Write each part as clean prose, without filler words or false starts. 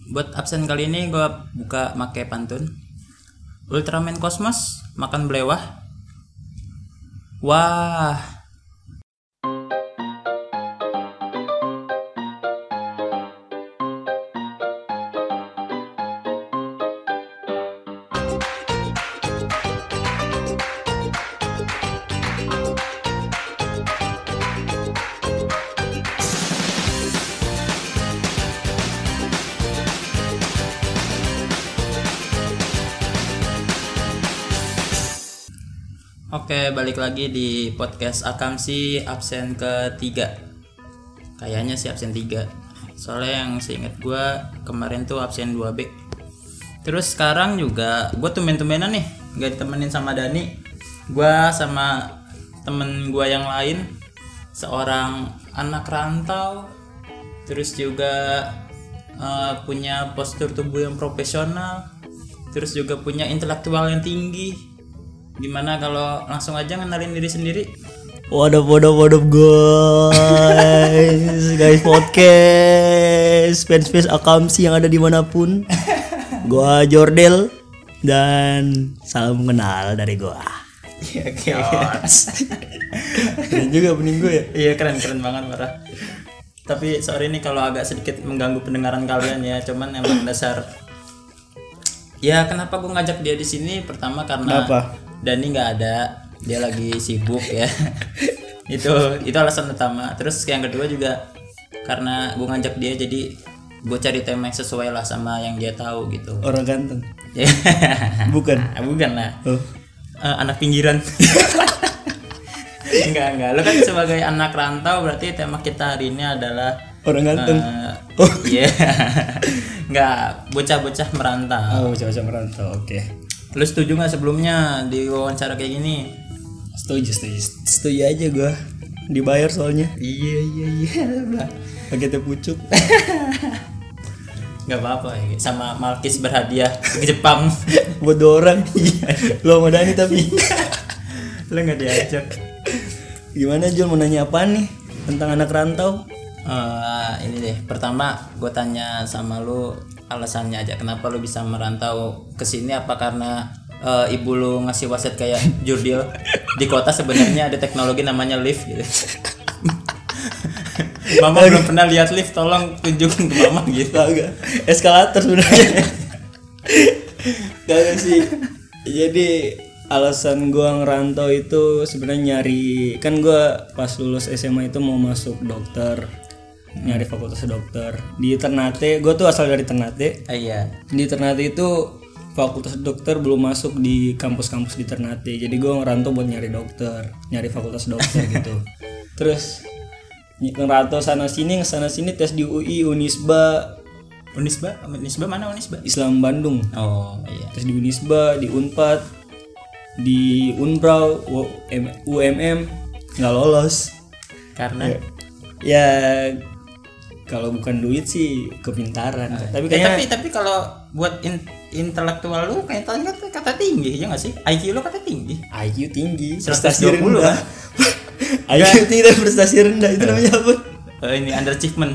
Buat absen kali ini gue buka make pantun. Ultraman Cosmos makan belewah. Wah. Oke, balik lagi di podcast Akamsi absen ketiga. Kayaknya sih absen 3. Soalnya yang seinget gue kemarin tuh absen 2B. Terus sekarang juga gue tumben-tumbenan nih gak ditemenin sama Dani. Gue sama temen gue yang lain, seorang anak rantau, terus juga punya postur tubuh yang profesional, terus juga punya intelektual yang tinggi. Gimana kalau langsung aja ngenalin diri sendiri? Waduh guys podcast fans Akamsi yang ada dimanapun. Gua Jordel dan salam kenal dari gua. Oke. Keren juga pening gue ya. Iya keren banget parah. Tapi sorry nih kalau agak sedikit mengganggu pendengaran kalian ya. Cuman emang dasar. Ya kenapa gue ngajak dia di sini? Pertama karena Kenapa? Dani nggak ada, dia lagi sibuk ya. itu alasan utama. Terus yang kedua juga karena gue ngajak dia, jadi gue cari tema yang sesuai lah sama yang dia tahu gitu. Orang ganteng. Bukan. Bukan lah. Oh. Anak pinggiran. Enggak. Lo kan sebagai anak rantau, berarti tema kita hari ini adalah orang ganteng. Iya. Enggak, bocah-bocah merantau. Oh, bocah-bocah merantau. Oke. Lu setuju nggak sebelumnya di wawancara kayak gini? Setuju aja gua. Dibayar soalnya. Iya. Pakai teh pucuk. Nggak apa-apa ya. Sama Malkis berhadiah ke Jepang. Buat 2 orang. Lo sama Dani tapi. Lu nggak diajak. Gimana Jul, mau nanya apa nih tentang anak rantau? Ini deh. Pertama gue tanya sama lu alasannya aja, kenapa lu bisa merantau ke sini? Apa karena ibu lu ngasih wasit kayak Jurdil di kota sebenarnya ada teknologi namanya lift gitu. Mama belum pernah lihat lift, tolong tunjukin ke mama gitu. Kagak. Eskalator sebenarnya. Kagak sih. Jadi alasan gua ngerantau itu sebenarnya nyari, kan gua pas lulus SMA itu mau masuk dokter, nyari fakultas dokter di Ternate. Gue tuh asal dari Ternate. Iya. Di Ternate itu fakultas dokter belum masuk di kampus-kampus di Ternate. Jadi gue ngerantau buat nyari dokter, nyari fakultas dokter gitu. Terus ngerantau sana sini tes di UI, Unisba Mana Unisba? Islam Bandung. Oh iya. Tes di Unisba, di Unpad, di Unbrau, UMM nggak lolos. Karena ya kalau bukan duit sih kepintaran. Tapi kalau buat intelektual lu kayak kata tinggi ya nggak sih? IQ lu kata tinggi. IQ tinggi, 120 prestasi rendah. kan? IQ tinggi dan prestasi rendah itu namanya apa? Ini underachievement.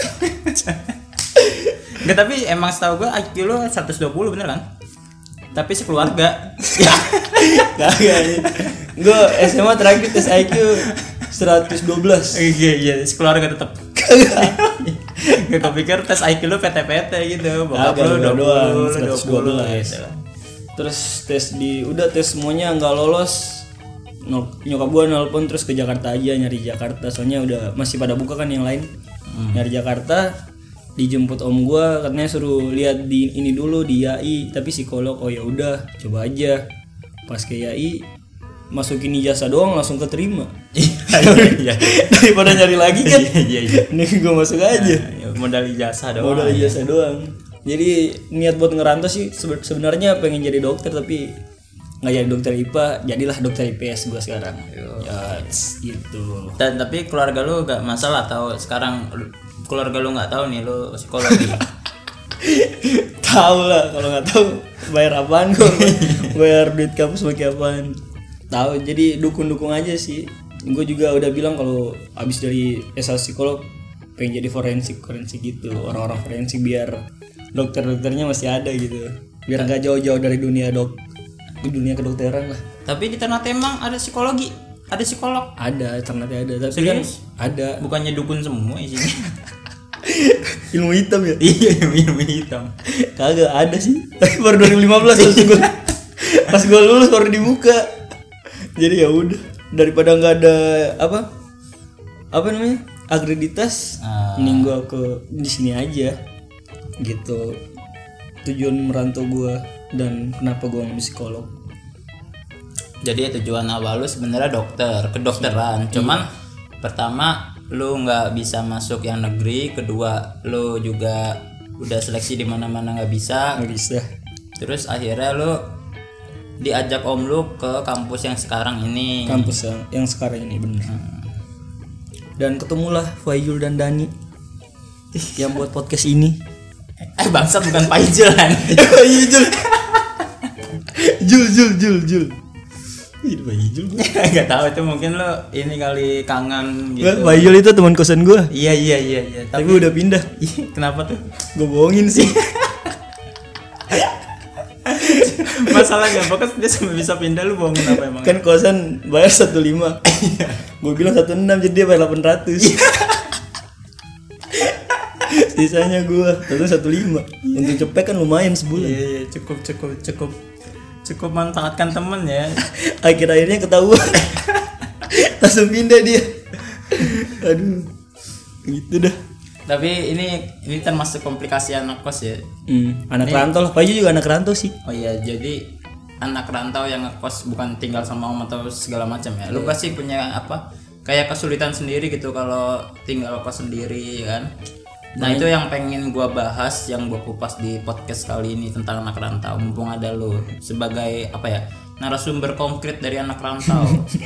Enggak, tapi emang setahu gua IQ lu 120 bener kan? Tapi sekeluarga. Kagak. Gue SMA terakhir tes IQ 112. Iya, sekeluarga tetap. Gak kepikir tes IQ lu PT-PT gitu. Bokap lu 20 gitu. Terus tes semuanya nggak lolos. Nyokap gue nelpon terus ke Jakarta aja, nyari Jakarta. Soalnya udah masih pada buka kan yang lain. Nyari Jakarta, dijemput om gue, katanya suruh lihat di ini dulu di YAI, tapi psikolog. Oh ya udah, coba aja. Pas ke YAI, masukin ijazah doang langsung keterima. Iya. Daripada nyari lagi kan. Iya. Nih gue masuk aja. Modal ijazah doang. Modal ijazah doang. Jadi niat buat ngerantau sih sebenarnya pengen jadi dokter, tapi nggak jadi dokter IPA, jadilah dokter IPS gue sekarang. Ya gitu. Dan tapi keluarga lu gak masalah atau sekarang keluarga lu nggak tahu nih lu psikologi? Tahu lah, kalau nggak tahu bayar apaan gue? Bayar duit kampus pakai apaan? Tahu, jadi dukung aja sih. Gue juga udah bilang kalau abis dari S1 psikolog pengen jadi forensik gitu, orang-orang forensik biar dokternya masih ada gitu, biar nggak jauh-jauh dari dunia kedokteran lah. Tapi di Ternate emang ada psikologi, ada psikolog? Ada, Ternate ada. Tapi serius? Kan ada. Bukannya dukun semua isinya? Ilmu hitam ya? Iya, ilmu hitam. Kagak ada sih. Baru 2015 pas gue lulus baru dibuka. Jadi ya udah, daripada nggak ada apa namanya akreditas, mending gue ke di sini aja gitu. Tujuan merantau gue dan kenapa gue ngambil psikolog. Jadi tujuan awal lu sebenarnya kedokteran. Cuman pertama lu nggak bisa masuk yang negeri, kedua lu juga udah seleksi di mana-mana nggak bisa. Terus akhirnya lu diajak om lu ke kampus yang sekarang ini. Kampus yang sekarang ini bener. Dan ketemulah Faizul dan Dani yang buat podcast ini. Bangsat, bukan Faizul kan? Faizul. Jul. Ini Faizul. Enggak tahu, itu mungkin lo ini kali kangen gitu. Faizul itu teman kosan gue. Iya. Tapi udah pindah. Kenapa tuh? Gue bohongin sih. Masalahnya pokoknya dia sampai bisa pindah, lu bohongin apa emang? Kan kosan bayar 1.5. Gue bilang 1.6 jadi dia bayar 800. Sisanya gue 1.5. Untuk cepet kan lumayan sebulan. Iya, cukup manfaatkan temen ya. Akhir-akhirnya ketahuan. Langsung pindah dia. Aduh. Gitu dah. Tapi ini termasuk komplikasi anak kos ya. Anak rantau lah. Paju juga anak rantau sih. Oh iya, jadi anak rantau yang ngekos bukan tinggal sama om atau segala macam ya. Lu pasti punya kayak kesulitan sendiri gitu kalau tinggal kos sendiri kan. Nah, itu yang pengen gua bahas, yang gua kupas di podcast kali ini tentang anak rantau. Mumpung ada lu sebagai narasumber konkret dari anak rantau.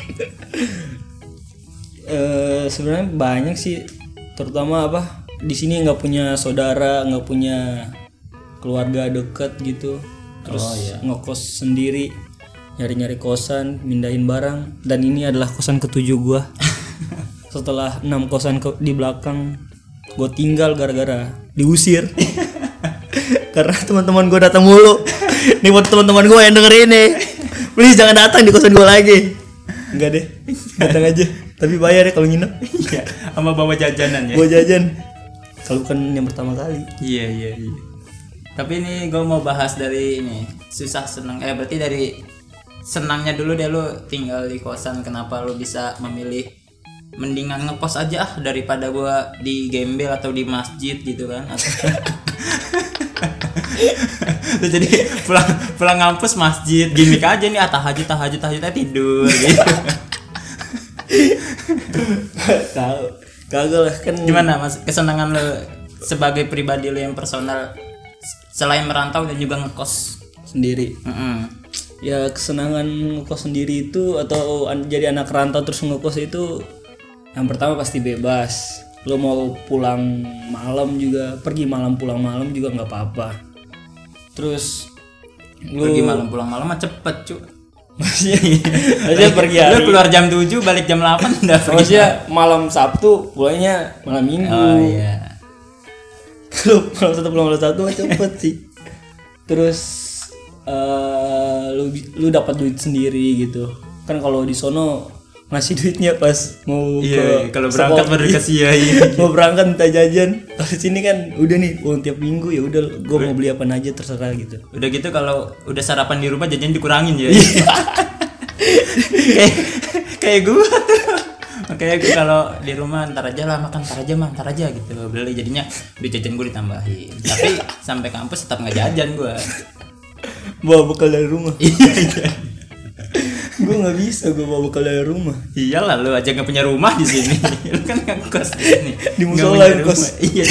Sebenarnya banyak sih, terutama di sini nggak punya saudara, nggak punya keluarga deket gitu, terus ngekos sendiri, nyari kosan, mindahin barang, dan ini adalah kosan ke-7 gua. Setelah 6 kosan di belakang, gue tinggal gara-gara diusir. Karena teman-teman gue datang mulu. Nih buat teman-teman gue yang denger ini, please jangan datang di kosan gue lagi. Enggak deh, datang aja. Tapi bayar ya kalau nginep. Iya, sama bawa jajanan ya. Bawa jajan. Kalau kan yang pertama kali. Iya. Tapi ini gue mau bahas dari ini susah senang. Berarti dari senangnya dulu deh, lu tinggal di kosan. Kenapa lu bisa memilih mendingan ngekos aja daripada gua di gembel atau di masjid gitu kan? Terus jadi pulang ngampus masjid, gimmick aja nih, tahajud tidur gitu. Tahu. Kagak lah kan. Gimana Mas, kesenangan lo sebagai pribadi lo yang personal selain merantau dan juga ngekos sendiri? Ya kesenangan ngekos sendiri itu atau jadi anak rantau terus ngekos itu, yang pertama pasti bebas. Lo mau pulang malam juga, pergi malam pulang malam juga nggak apa-apa. Terus pergi malam pulang malam mah cepet cu. Maksudnya pergi hari. Lo keluar jam 7 balik jam 8 udah pergi. Maksudnya malam Sabtu pulangnya malam Minggu. Oh iya. Kalau malam Sabtu pulang malam Sabtu mah cepet sih. Terus lu dapat duit sendiri gitu. Kan kalau di sono ngasih duitnya pas mau kalau berangkat baru dikasih ya. Mau berangkat minta jajan. Kalau di sini kan udah nih uang tiap minggu, ya udah gue mau beli apa aja terserah gitu. Udah gitu kalau udah sarapan di rumah jajan dikurangin ya. kayak gue tuh. Makanya gue kalau di rumah ntar aja gitu beli, jadinya duit jajan gue ditambahin. Tapi sampai kampus tetap nggak jajan gue. Bawa bekal dari rumah. Gue nggak bisa gue bawa bekal dari rumah. Iyalah, lu aja nggak punya rumah di sini. Lu kan ngekos di sini. Di musola kos. Iya.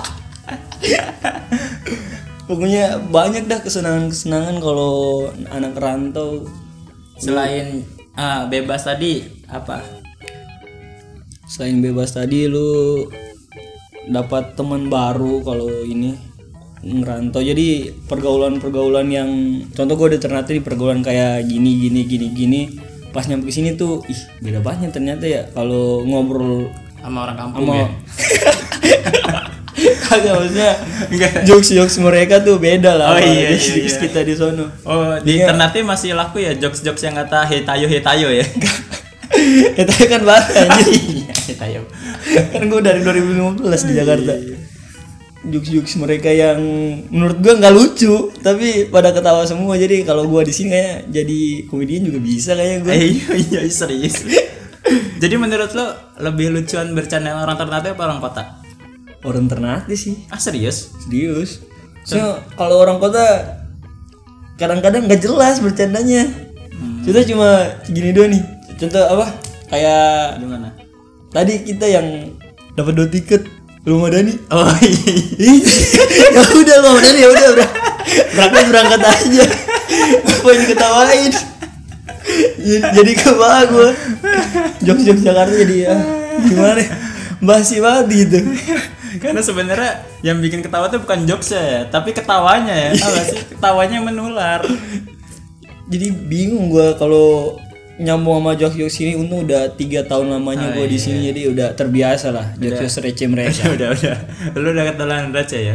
Pokoknya banyak dah kesenangan kalau anak rantau. Selain bebas tadi apa? Selain bebas tadi lu dapat teman baru kalau ini ngerantau. Jadi pergaulan yang contoh gue di Ternate di pergaulan kayak gini. Pas nyampe sini tuh beda banget ternyata ya kalau ngobrol sama orang kampung ya. Kagak, maksudnya Enggak. jokes mereka tuh beda lah. Oh, iya, jokes iya. kita di sono. Oh, di Iya. Ternate masih laku ya jokes-jokes yang kata hetayo ya. Itu kan bahasa anjir. Iya, hetayo. Kan gue dari 2015 di Jakarta. Jokes mereka yang menurut gue nggak lucu, tapi pada ketawa semua. Jadi kalau gue di sini kayak jadi komedian juga bisa kayaknya gue. Iya, serius. Jadi menurut lo lebih lucuan bercanda orang Ternate apa orang kota? Orang Ternate sih, Ah, serius? serius. So, kalau orang kota kadang-kadang nggak jelas bercandanya. Contoh cuma gini doang nih. Contoh apa? Kayak Gimana? tadi kita yang dapat 2 tiket rumah Dani. Oh iya. Ya udah rumah Dani, ya udah berangkat aja. Ngapain ketawain? Jadi kebawa gue. Jokes Jakarta jadi gimana? Basi banget gitu. Karena sebenarnya yang bikin ketawa tuh bukan jokes ya, tapi ketawanya ya. Tahu gak sih? Ketawanya menular. Jadi bingung gue kalau nyambung sama jokes ini. Untung udah 3 tahun lamanya gue di sini, jadi udah terbiasa lah jokes receh mereka. udah. Lu udah ketelan receh ya?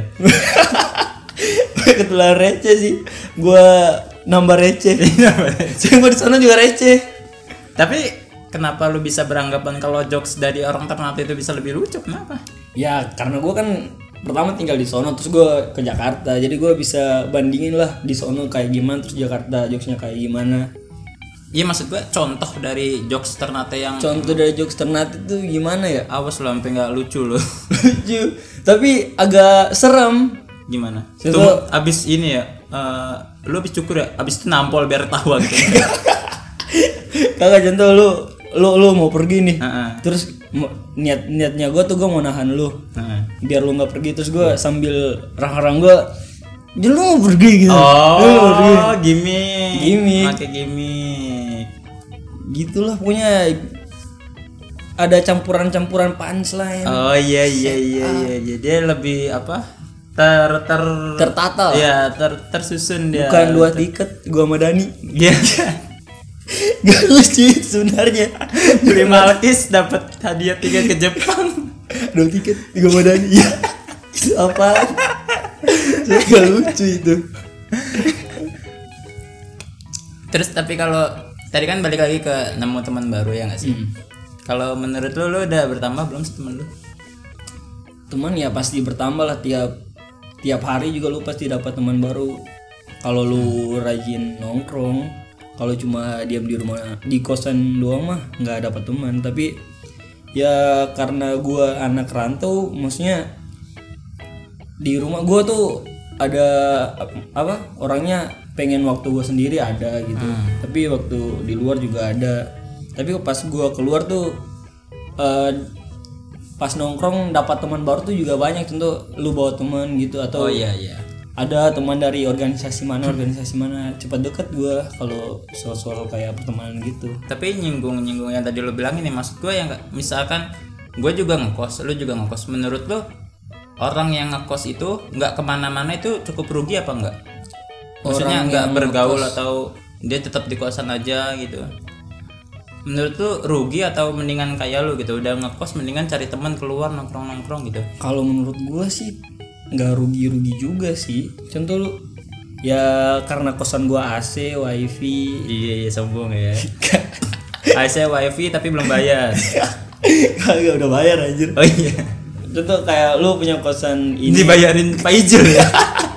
Ketelan receh sih. Gue nambah receh. Saya gue di sana juga receh. Tapi kenapa lu bisa beranggapan kalau jokes dari orang Ternate itu bisa lebih lucu? Kenapa? Ya karena gue kan pertama tinggal di sono, terus gue ke Jakarta, jadi gue bisa bandingin lah di sono kayak gimana, terus Jakarta jokesnya kayak gimana. Iya, maksud gue contoh dari jokes Ternate yang Contoh dari jokes Ternate itu gimana ya? awas lo sampai nggak lucu lo. Lucu, tapi agak serem. Gimana? Contoh- Tuh abis ini ya, lu abis cukur ya, abis itu nampol biar tawa gitu. Kagak, contoh lu mau pergi nih, Heeh. terus niatnya gue tuh gue mau nahan lu Heeh. biar lu nggak pergi, terus gue sambil rang-rang gue, jadi lu mau pergi gitu. Lu mau pergi. Oh, gimmick. Gimmick. Pakai gimmick. Gitulah pokoknya, ada campuran punchline. Oh iya. Dia lebih apa? Tertata lah. Iya, tersusun dia. Bukan 2 tiket gua sama Dani. Iya. Gak lucu itu sebenarnya. Beli Malkis dapat hadiah 3 ke Jepang. 2 tiket gua sama Dani. Ya. Itu apaan? Saya gak lucu itu. Terus tapi kalau tadi kan balik lagi ke nemu teman baru ya nggak sih? Kalau menurut lu udah bertambah belum sih teman lu? Teman ya pasti bertambah lah, tiap hari juga lu pasti dapat teman baru. Kalau lu rajin nongkrong, kalau cuma diam di rumah di kosan doang mah nggak dapat teman. Tapi ya karena gua anak rantau, maksudnya di rumah gua tuh ada apa, orangnya pengen waktu gua sendiri ada gitu. Tapi waktu di luar juga ada. Tapi pas gua keluar tuh pas nongkrong dapat teman baru tuh juga banyak. Contoh lu bawa teman gitu, atau Oh iya. ada teman dari organisasi mana cepat deket gue kalau soal kayak pertemanan gitu. Tapi nyinggung yang tadi lo bilang ini, maksud gue yang misalkan gue juga ngekos, lu juga ngekos, menurut lo orang yang ngekos itu nggak kemana-mana itu cukup rugi apa enggak? Maksudnya Orang nggak yang bergaul ngekos. atau dia tetap di kosan aja gitu? Menurut lu rugi atau mendingan kayak lu gitu, udah ngekos mendingan cari teman keluar nongkrong gitu? Kalau menurut gue sih nggak rugi juga sih. Contoh lu ya karena kosan gue AC, wifi. Iya sombong ya. AC wifi tapi belum bayar. Kagak, udah bayar anjir. Oh iya. Contoh kayak lu punya kosan ini. Dibayarin Pak Ijul ya.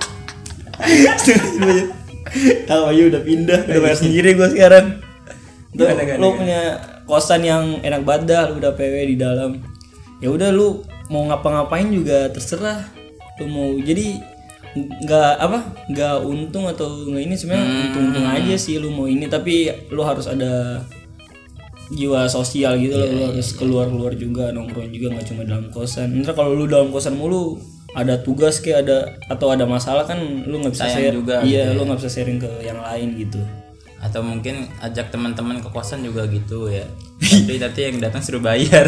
Tahu aja udah pindah, udah bayar sendiri gue sekarang. Tuh, Gimana? lu punya kosan yang enak banget dah, lu udah PW di dalam. Ya udah lu mau ngapa-ngapain juga terserah. Lu mau jadi nggak untung atau nggak ini, sebenarnya untung aja sih lu mau ini, tapi lu harus ada jiwa sosial gitu loh. Lu harus keluar juga, nongkrong juga, nggak cuma dalam kosan. Ntar kalau lu dalam kosan mulu ada tugas kayak ada masalah kan lu nggak bisa Sayang share juga iya gitu lu nggak bisa sharing ke yang lain gitu. Atau mungkin ajak teman-teman ke kosan juga gitu ya. Tapi nanti yang datang suruh bayar.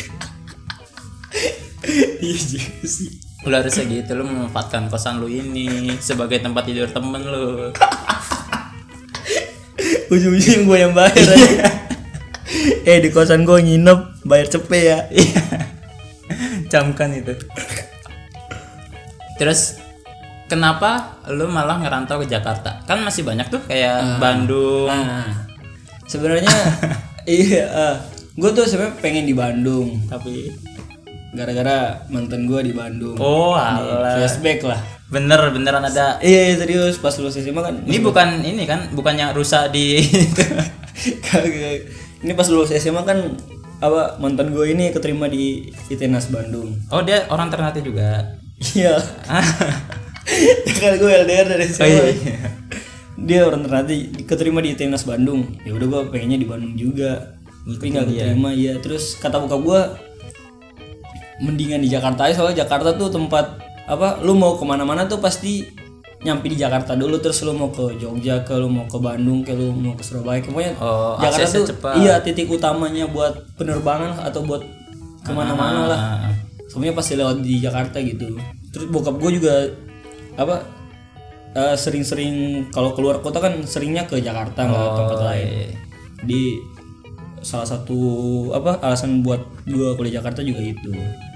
Iya juga sih. Lu harusnya gitu, lu memanfaatkan kosan lu ini sebagai tempat tidur temen lu. Ujung-ujung gue yang bayar aja. Di kosan gue nginep bayar cepet ya. Camkan itu. Terus kenapa lu malah ngerantau ke Jakarta? Kan masih banyak tuh kayak Bandung. Sebenarnya iya, gue tuh sebenarnya pengen di Bandung, Tapi gara-gara mantan gue di Bandung. oh Nih, alah. flashback lah. Beneran ada. Iya serius, pas lulus SMA kan. Ini bukan ini kan, bukan yang rusak di Kagak. Ini pas lulus SMA kan apa, mantan gue ini keterima di ITENAS Bandung. Oh, dia orang Ternate juga. Iya. Kan gue LDR dari SMA. Oh, iya. Dia orang Ternate, keterima di ITENAS Bandung. Ya udah gue pengennya di Bandung juga. Tapi nggak keterima ya. Terus kata bokap gue, mendingan di Jakarta aja, soalnya Jakarta tuh tempat apa, lu mau kemana-mana tuh pasti nyampe di Jakarta dulu, terus lu mau ke Jogja, ke lu mau ke Bandung, ke lu mau ke Surabaya, pokoknya Jakarta aksesnya tuh cepat. iya titik utamanya buat penerbangan atau buat kemana-mana lah. Semuanya pasti lewat di Jakarta gitu. Terus bokap gue juga apa, sering-sering kalau keluar kota kan seringnya ke Jakarta, nggak tempat lain. Di salah satu apa alasan buat gue kuliah Jakarta juga itu.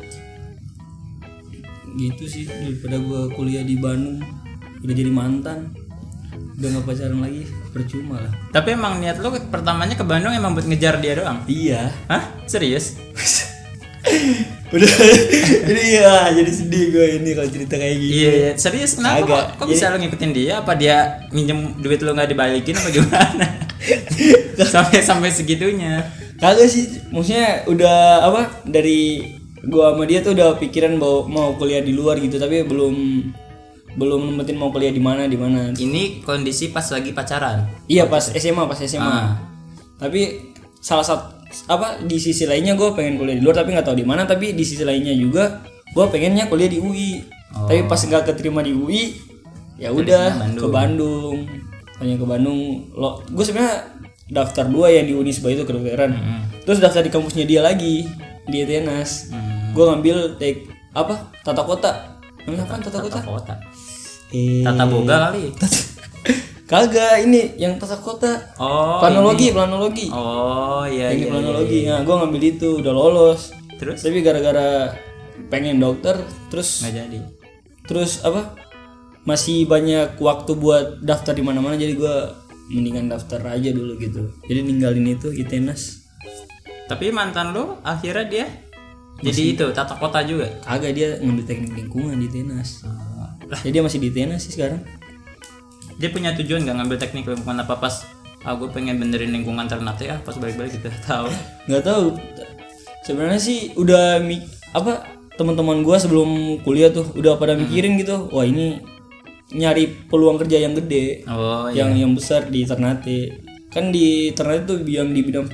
Gitu sih, daripada gue kuliah di Bandung udah jadi mantan, udah nggak pacaran lagi, percuma lah. Tapi emang niat lu pertamanya ke Bandung emang buat ngejar dia doang? Iya. Hah? Serius? Udah jadi ya, jadi sedih gue ini kalau cerita kayak gini. Iya, serius kenapa Agak. kok bisa lu ngikutin dia? Apa dia minjem duit lu nggak dibalikin apa gimana? sampai segitunya. Kagak sih, maksudnya udah apa, dari gua sama dia tuh udah pikiran mau kuliah di luar gitu, tapi belum nembetin mau kuliah di mana. Ini kondisi pas lagi pacaran. Iya pas SMA. Tapi salah satu apa, di sisi lainnya gue pengen kuliah di luar tapi nggak tahu di mana. Tapi di sisi lainnya juga gue pengennya kuliah di UI. Tapi pas nggak keterima di UI, ya udah ke Bandung. Hanya ke Bandung. Gue sebenarnya daftar 2 yang di Unisba itu kedokteran. Terus daftar di kampusnya dia lagi di ITENAS. Gue ngambil apa, tata kota. Namanya apa tata kota? Tata boga kali. Kagak, ini yang tata kota. Oh, planologi. Oh iya. Ini planologi. Nah, gue ngambil itu, udah lolos. Terus? Tapi gara-gara pengen dokter, terus Nggak jadi. Terus apa? Masih banyak waktu buat daftar di mana-mana, jadi gue mendingan daftar aja dulu gitu. Jadi ninggalin itu ITENAS. Tapi mantan lu akhirnya dia jadi itu tata kota juga. Kagak, dia ngambil teknik lingkungan di ITENAS. Jadi dia masih di ITENAS sih sekarang. Dia punya tujuan nggak ngambil teknik lingkungan apa pas gue pengen benerin lingkungan Ternate pas balik-balik gitu, tahu? Nggak tahu. Sebenarnya sih udah apa, teman-teman gue sebelum kuliah tuh udah pada mikirin gitu, wah ini nyari peluang kerja yang gede, yang besar di Ternate. Kan di Ternate tuh yang di bidang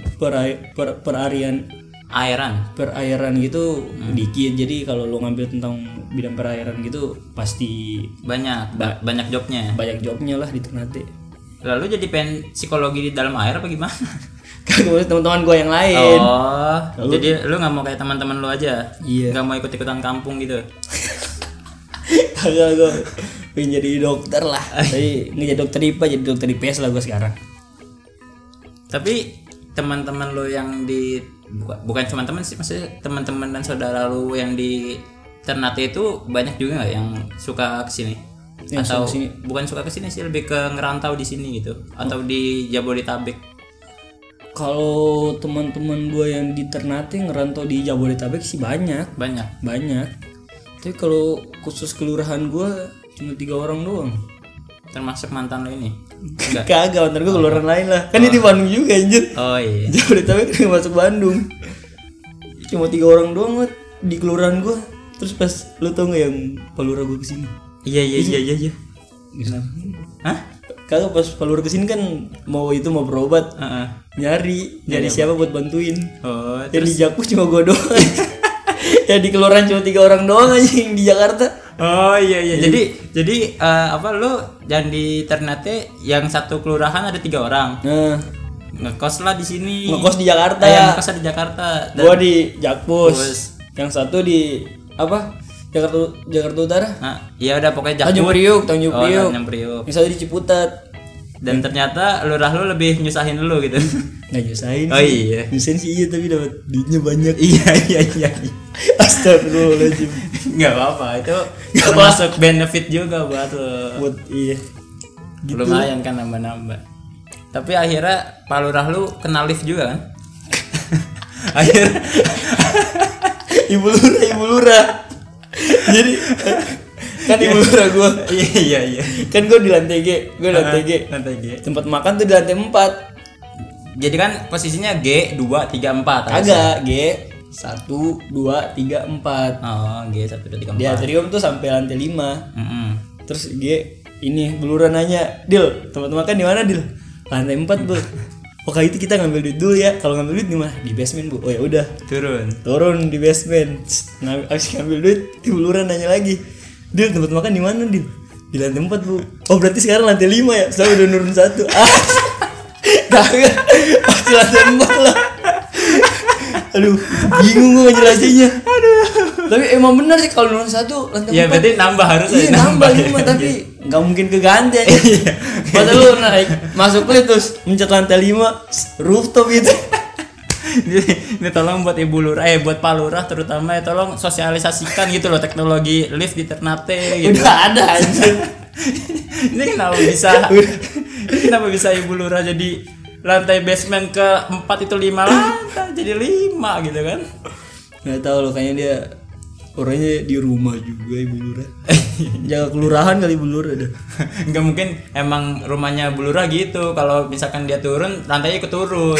perairan gitu dikit. Jadi kalau lo ngambil tentang bidang perairan gitu pasti banyak jobnya. Banyak jobnya lah di Ternate. Lalu jadi pengen psikologi di dalam air apa gimana? Kagak, teman-teman gue yang lain. Jadi lu nggak mau kayak teman-teman lu aja? Iya. Nggak mau ikut-ikutan kampung gitu? Kagak, gue pengen jadi dokter lah. Tapi nggak jadi dokter IPA, jadi dokter IPS lah gue sekarang. Tapi teman-teman lo yang di bukan cuma teman sih, maksudnya teman-teman dan saudara lo yang di Ternate itu banyak juga nggak yang suka kesini? Atau bukan suka kesini sih, lebih ke ngerantau di sini gitu, atau di Jabodetabek? Kalau teman-teman gue yang di Ternate ngerantau di Jabodetabek sih banyak. Tapi kalau khusus kelurahan gue cuma 3 orang doang. Termasuk mantan lo ini? Kagak, mantan gue kelurahan lain lah. Kan ini di Bandung juga anjir. Oh iya. Jabodetabek kan masuk Bandung. Cuma 3 orang doang lah di kelurahan gue. Terus pas lo tau gak yang Palura gue kesini? Iya. Hah? Kagak, pas Palura kesini kan mau berobat. Nyari siapa buat bantuin. Yang di Jakpus cuma gue doang. Ya di kelurahan cuma 3 orang doang aja yang di Jakarta. Oh iya. Jadi apa lu dan di Ternate yang satu kelurahan ada 3 orang. Nah, ngekos lah di sini. Ngekos di Jakarta. Ngekos di Jakarta. Gua di Jakpus. Yang satu di apa? Jakarta Utara. Nah, iya udah pokoknya Jakpus. Tanjung Priuk. Yang satu di Ciputat. Dan ternyata lurah lu lebih nyusahin lu gitu. Nggak nyusahin Oh sih. iya. Nyusahin sih iya, tapi dapat duitnya banyak. Iya. Astagfirullahaladzim. Nggak apa-apa, itu Nggak termasuk benefit juga buat lo. Buat iya. Gitu. Lumayan kan nambah-nambah. Tapi akhirnya Pak Lurah lu kena lift juga kan? Akhirnya Ibu lurah. Jadi kan ibu lurah gue. iya. Kan gue di lantai G, Lantai G. tempat makan tuh di lantai 4. Jadi kan posisinya G 2 3 4. Agak G 1 2 3 4. Oh, G 1 2 3 4. Di atrium tuh sampai lantai 5. Terus G ini belura nanya, "Dil, tempat makan di mana, Dil?" "Lantai 4, Bu." "Oke, itu kita ngambil duit dulu ya." "Kalau ngambil duit di mana?" "Di basement, Bu." "Oh ya udah." Turun di basement. Habis ngambil duit, ibu lurah nanya lagi, "Dil, tempat makan di mana, Dil?" "Di lantai 4, Bu." "Oh, berarti sekarang lantai 5 ya?" Saya udah nurun 1. Kagak. Masih lantai 4 lah. Aduh, bingung gue ngejelasinnya. Tapi emang benar sih kalau nurun 1 lantai 4. Ya berarti nambah harus Iya, nambah 5 tapi nggak mungkin keganti aja. Padahal lu naik masuk lift terus mencet lantai 5 rooftop itu. Ini tolong buat Ibu Lurah, buat Pak Lurah terutama ya, tolong sosialisasikan gitu loh teknologi lift di Ternate gitu. Udah ada anjir. Ini kenapa bisa Ibu Lurah jadi lantai basement ke 4 itu 5 lantai jadi 5 gitu kan? Nggak tahu loh, kayaknya dia orangnya di rumah juga Ibu Lurah. Jaga kelurahan kali Ibu Lurah dah. Nggak mungkin emang rumahnya Bu Lurah gitu, kalau misalkan dia turun lantainya ikut turun.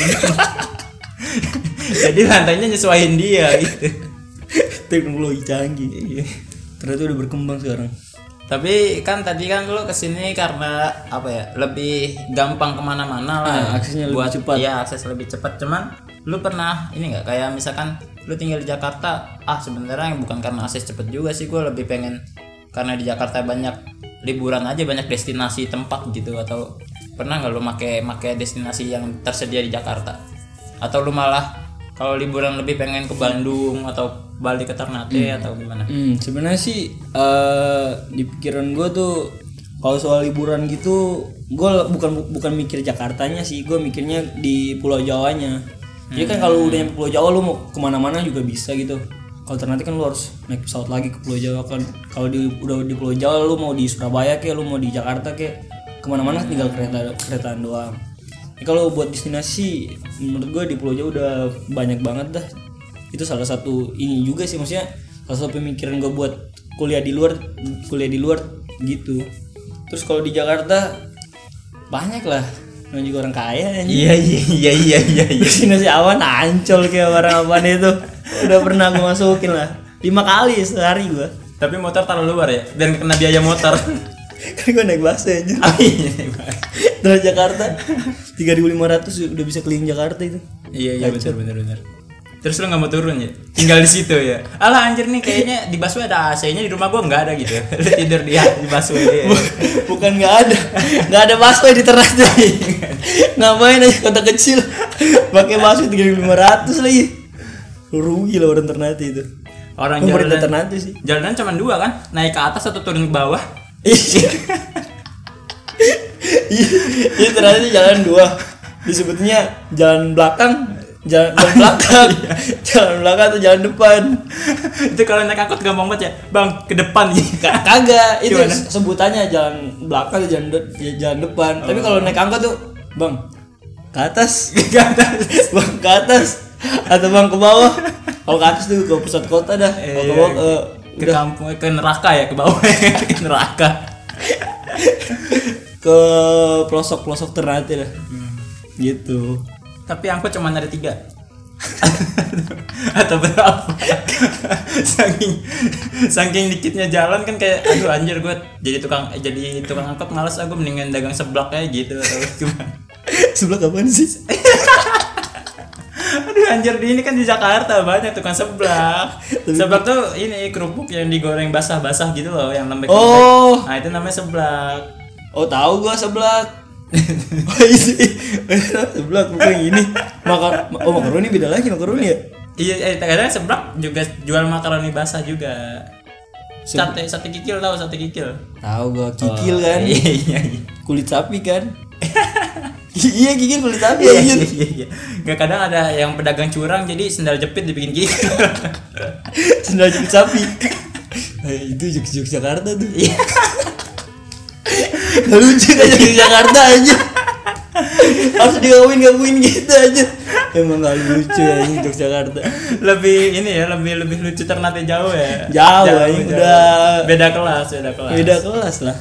Jadi lantainya nyesuaiin dia gitu. Teknologi canggih. Ternyata udah berkembang sekarang. Tapi kan tadi kan lu kesini karena apa ya, lebih gampang kemana-mana lah. Aksesnya lebih cepat. Iya, akses lebih cepat. Cuman lu pernah ini nggak, kayak misalkan lu tinggal di Jakarta, sebenarnya bukan karena akses cepet juga sih, gue lebih pengen karena di Jakarta banyak liburan aja, banyak destinasi tempat gitu. Atau pernah nggak lu make destinasi yang tersedia di Jakarta? Atau lu malah kalau liburan lebih pengen ke Bandung atau balik ke Ternate atau gimana? Sebenarnya sih di pikiran gue tuh kalau soal liburan gitu, gue bukan mikir Jakartanya sih, gue mikirnya di Pulau Jawanya. Jadi kan kalau udah nyampe Pulau Jawa lu mau kemana-mana juga bisa gitu. Kalau Ternate kan lu harus naik pesawat lagi ke Pulau Jawa kan. Kalau udah di Pulau Jawa lu mau di Surabaya kayak, lu mau di Jakarta kayak, kemana-mana tinggal keretaan doang. Kalau buat destinasi menurut gue di Pulau Jawa udah banyak banget dah. Itu salah satu ini juga sih, maksudnya salah satu pemikiran gue buat kuliah di luar gitu. Terus kalau di Jakarta banyak lah, namanya juga orang kaya aja. Iya. Destinasi awan Ancol kayak barang apaan itu udah pernah gue masukin lah 5 kali sehari gue. Tapi motor taruh luar ya, dan kena biaya motor. Kan gue naik bus aja. Dari Jakarta 3.500 udah bisa keliling Jakarta itu. Iya benar. Terus lu nggak mau turun ya? Tinggal di situ ya? Alah anjir nih, kayaknya di busway ada AC-nya, di rumah gua nggak ada gitu. Lu tidur di busway. Bukan nggak ada busway di Ternate. Ngapain aja kota kecil pakai busway 3.500 lagi. Rugi lah orang Ternate itu. Orang jalan Ternate sih. Jalanan cuma 2 kan? Naik ke atas atau turun ke bawah? Iya, Ternate jalan 2. Disebutnya jalan belakang, jalan belakang atau jalan depan. Itu kalau naik angkot gampang banget ya, Bang, ke depan gitu. Kagak, itu gimana? sebutannya jalan belakang atau jalan depan. Tapi kalau naik angkot tuh, Bang, ke atas. Bang, ke atas atau Bang ke bawah. Kalau ke atas tuh ke pusat kota dah. Kalau ke bawah ke kampung, ke neraka ya, ke bawah. Ke neraka. Ke pelosok-pelosok Ternate dah. Gitu. Tapi angkot cuma ada 3 atau berapa? saking dikitnya jalan kan kayak, aduh anjir, gue jadi tukang angkot malas, aku mendingan dagang seblak kayak gitu atau gimana. Seblak apaan sih? Aduh anjir, di ini kan di Jakarta banyak tukang seblak. Seblak tuh ini kerupuk yang digoreng basah-basah gitu loh, yang lembek. Oh. Nah itu namanya seblak. Oh, tahu gua seblak. Oh isi seblak bukan yang ini. Makaroni beda lagi, makaroni ya? Iya, kadang seblak juga jual makaroni basah juga. Sate kikil, tahu sate kikil? Tahu gua, kikil kan. Iya. Kulit sapi kan. Iya gigit kulit sapi Iya, anjir. iya. Gak, kadang ada yang pedagang curang jadi sendal jepit dibikin gigit. Sendal jepit sapi. Itu jokes Jakarta tuh. Iya. Gak lucu kan jokes Jakarta aja. Harus digabungin gitu aja. Emang gak lucu anjing jokes Jakarta. Lebih ini ya, lebih lucu Ternate jauh ya. Jauh anjing udah beda kelas. beda kelas lah.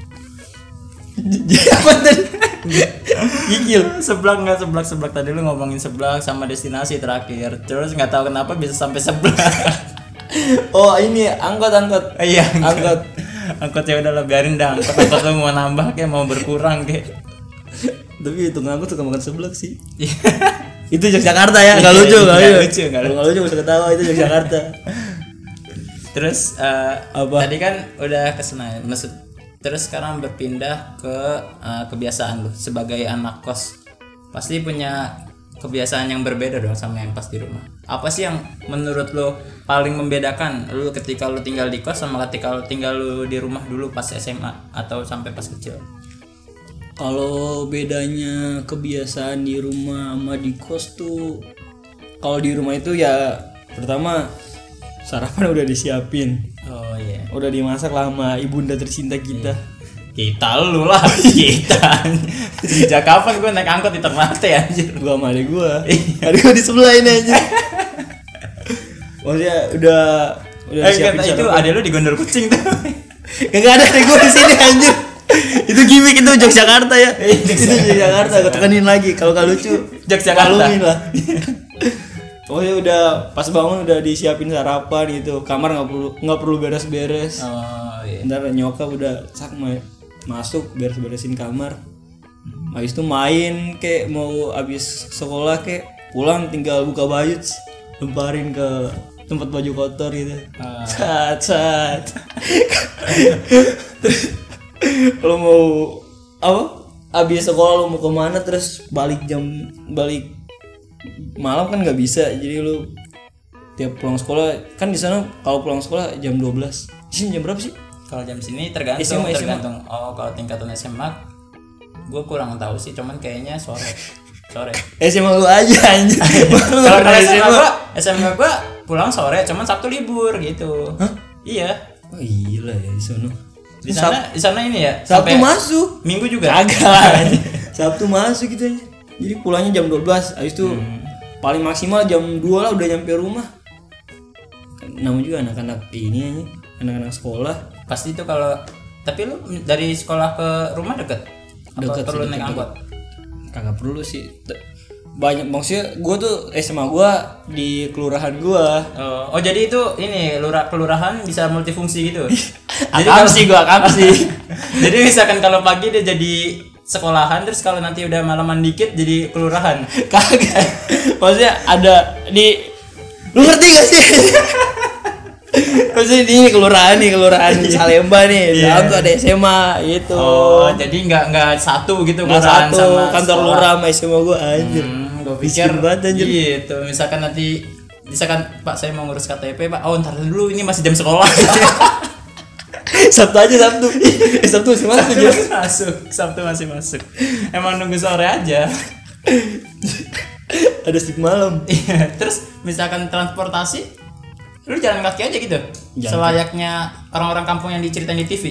Apa tadi? Gigil. Seblak tadi lu ngomongin seblak sama destinasi terakhir. Terus nggak tahu kenapa bisa sampai seblak. Oh ini angkot. Iya, Angkot. Angkot ya udahlah biarin dah. Angkot lu mau nambah kayak mau berkurang kayak. Tapi itu ngangkut suka makan seblak sih. Iya. Itu jokes Jakarta ya, nggak lucu. Nggak lucu. Kalau nggak lucu bisa ketawa, itu jokes Jakarta. Terus Apa? tadi kan udah ke Senayan. Terus sekarang berpindah ke kebiasaan lu sebagai anak kos. Pasti punya kebiasaan yang berbeda dong sama yang pas di rumah. Apa sih yang menurut lu paling membedakan lu ketika lu tinggal di kos sama ketika lu tinggal lu di rumah dulu pas SMA atau sampai pas kecil? Kalau bedanya kebiasaan di rumah sama di kos tuh, kalau di rumah itu ya pertama sarapan udah disiapin. Oh iya. Udah dimasak lah sama ibunda tercinta kita. Kita lu lah, kita. Sejak kapan gue naik angkot di Ternate anjir? Gua sama adik gua. Adik gua di sebelah ini aja. Maksudnya udah disiapin itu ada lu di gondol kucing tuh. Kagak ada adik gua di sini anjir. Itu gimmick, itu jokes Jakarta ya. Itu jokes Jakarta, gua tekenin lagi kalau gak lucu. Jokes Jakarta. Maklumin lah. Oh ya udah pas bangun udah disiapin sarapan gitu. Kamar nggak perlu beres-beres. Oh iya. Ntar nyokap udah masuk beres-beresin kamar. Habis itu main kayak mau habis sekolah kayak pulang tinggal buka baju lemparin ke tempat baju kotor gitu. Sat. Kalau mau apa? Habis sekolah lu mau kemana terus balik malam kan nggak bisa, jadi lu tiap pulang sekolah kan di sana kalau pulang sekolah jam 12. Di sini jam berapa sih? Kalau jam sini tergantung. SMA. Oh kalau tingkatan SMA gue kurang tahu sih, cuman kayaknya sore. SMA lu aja anjir. Kalau SMA gue pulang sore, cuman Sabtu libur gitu. Hah? Iya. Oh gila ya di sana. Di sana ini ya. Sabtu sampai masuk. Minggu juga. Kagak. Sabtu masuk gitu aja. Jadi pulangnya jam 12. Habis itu paling maksimal jam 2 lah udah nyampe rumah. Namanya juga anak-anak ini aja, anak-anak sekolah. Pasti itu kalau tapi lu dari sekolah ke rumah deket? Apa perlu naik angkot? Kagak perlu sih. Banyak maksudnya gue tuh SMA gue di kelurahan gue. Oh jadi itu ini kelurahan bisa multifungsi gitu. Akam sih. Jadi misalkan kalau pagi dia jadi sekolahan, terus kalau nanti udah malaman dikit jadi kelurahan. Kagak. Maksudnya ada di, lu ngerti gak sih? Maksudnya ini kelurahan Salemba nih. Dalam tuh ada SMA gitu. Oh, jadi nggak satu gitu kelurahan satu sama kantor sekolah. lurah sama SMA gue anjir. Gue pikir anjir. gitu. Misalkan Pak saya mau ngurus KTP Pak. Oh ntar dulu ini masih jam sekolah. Sabtu Sabtu masih masuk. Emang nunggu sore aja. Ada shift malam. Iya. Terus misalkan transportasi, lu jalan kaki aja gitu. Selayaknya orang-orang kampung yang diceritain di TV.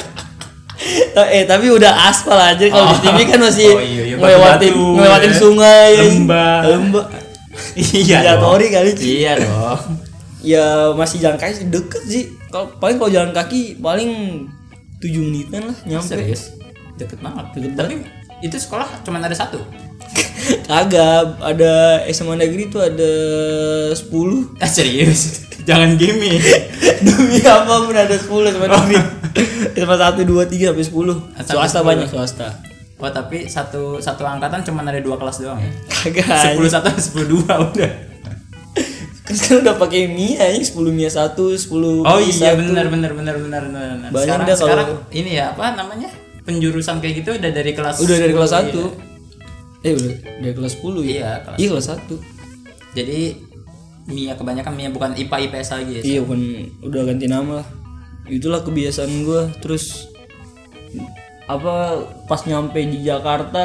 Tapi udah aspal aja. Kalau di TV kan masih ngelewatin ya. sungai, lembah. Iya. Tori kali sih. Iya dong. Ya masih jalan kaki deket sih. Kalau jalan kaki paling 7 menitan lah nyampe. Serius? Deket banget. Tapi itu sekolah cuma ada satu. Kagak, ada SMA negeri tuh ada 10. Serius? Jangan gimmick. Demi apapun ada 10 SMA negeri. SMA 1, 2, 3 sampai 10. Swasta 10. banyak swasta. Oh tapi satu angkatan cuma ada 2 kelas doang ya? Kagak. 10 1, 10 2 udah. Kan udah pakai MIA ya, 10 MIA 1, 10 Oh iya 1. benar. Banyak sekarang ini ya apa namanya? Penjurusan kayak gitu udah dari kelas udah dari kelas 1. Iya. Udah dari kelas 10 ya. Iya, kelas 1. Jadi MIA kebanyakan MIA bukan IPA IPS lagi ya. Iya, bukan, udah ganti nama lah. Itulah kebiasaan gua. Terus apa pas nyampe di Jakarta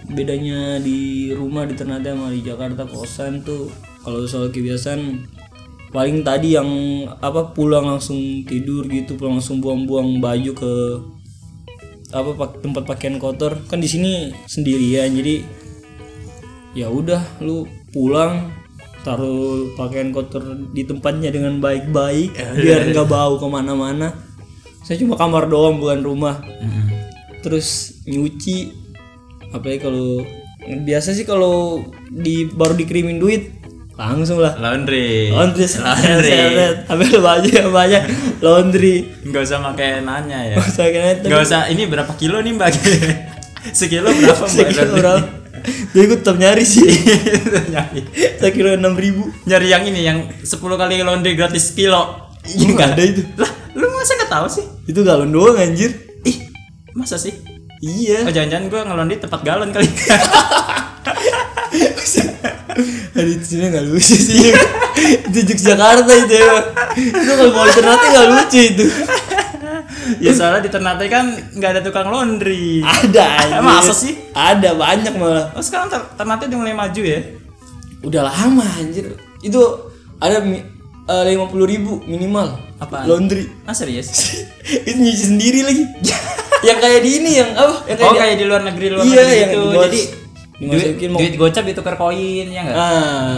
bedanya di rumah di Ternate sama di Jakarta kosan tuh. Kalau soal kebiasaan paling tadi yang apa pulang langsung tidur gitu, pulang langsung buang-buang baju ke apa tempat pakaian kotor. Kan di sini sendirian jadi ya udah lu pulang taruh pakaian kotor di tempatnya dengan baik-baik biar nggak bau kemana-mana. Saya cuma kamar doang bukan rumah. Terus nyuci apalagi kalau biasa sih kalau baru dikirimin duit langsung lah laundry habis banyak laundry. Nggak usah pakai nanya ya. Nggak usah ini berapa kilo nih mbak. Sekilo berapa mbak? Jadi gue tetap nyari sih. Saya kira 6.000. Nyari yang ini yang 10 kali laundry gratis kilo. Iya nggak ada itu. Lah, lu masa nggak tahu sih? Itu galon doang anjir. Ih, masa sih? Iya. Oh jangan-jangan gue ngelondri tepat galon kali. Hari itu sini nggak lucu sih. Itu jokes Jakarta itu ya. Itu kalau mau Ternate nggak lucu itu. Ya soalnya di Ternate kan nggak ada tukang laundry. Ada. Masa sih? Ada banyak malah. Oh sekarang Ternate udah mulai maju ya? Udah lama anjir. Itu ada 50.000 minimal. Apaan? Laundry. Ah serius? Itu nyuci sendiri lagi. Yang kayak di ini yang apa? Yang kayak di luar negeri iya, negeri yang gitu. Jadi duit gocap ditukar koin ya enggak?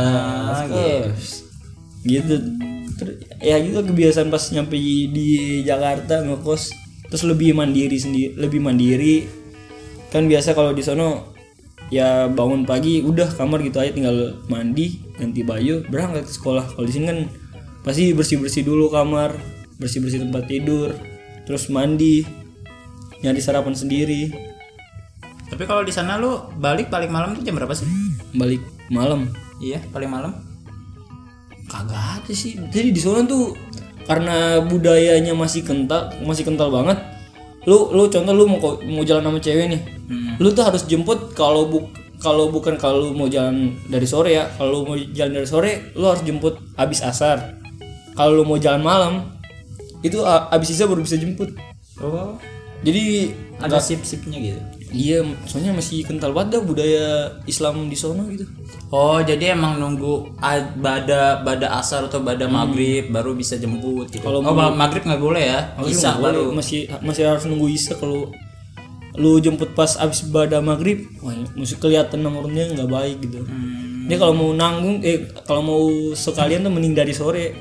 Gitu. Ya gitu kebiasaan pas nyampe di Jakarta ngekos terus lebih mandiri kan. Biasa kalau di sono ya bangun pagi udah kamar gitu aja, tinggal mandi ganti baju berangkat ke sekolah. Kalau di sini kan pasti bersih dulu kamar, bersih tempat tidur, terus mandi, nyari sarapan sendiri. Tapi kalau di sana lu balik paling malam tuh jam berapa sih? Balik malam. Iya paling malam. Kagak ada sih. Jadi di sana tuh karena budayanya masih kental banget. Lu contoh lu mau jalan sama cewek nih. Lu tuh harus jemput kalau mau jalan dari sore ya. Kalau mau jalan dari sore lu harus jemput habis asar. Kalau lu mau jalan malam itu habis isya baru bisa jemput. Oh. Jadi ada sip-sipnya gitu. Iya, soalnya masih kental banget dah budaya Islam di sono gitu. Oh, jadi emang nunggu bada asar atau bada maghrib baru bisa jemput gitu. Kalau maghrib nggak boleh ya? Isya baru. Masih harus nunggu isya. Kalau lu jemput pas abis bada maghrib, wah, mesti kelihatan nomornya nggak baik gitu. Dia kalau mau kalau mau sekalian tuh mending dari sore.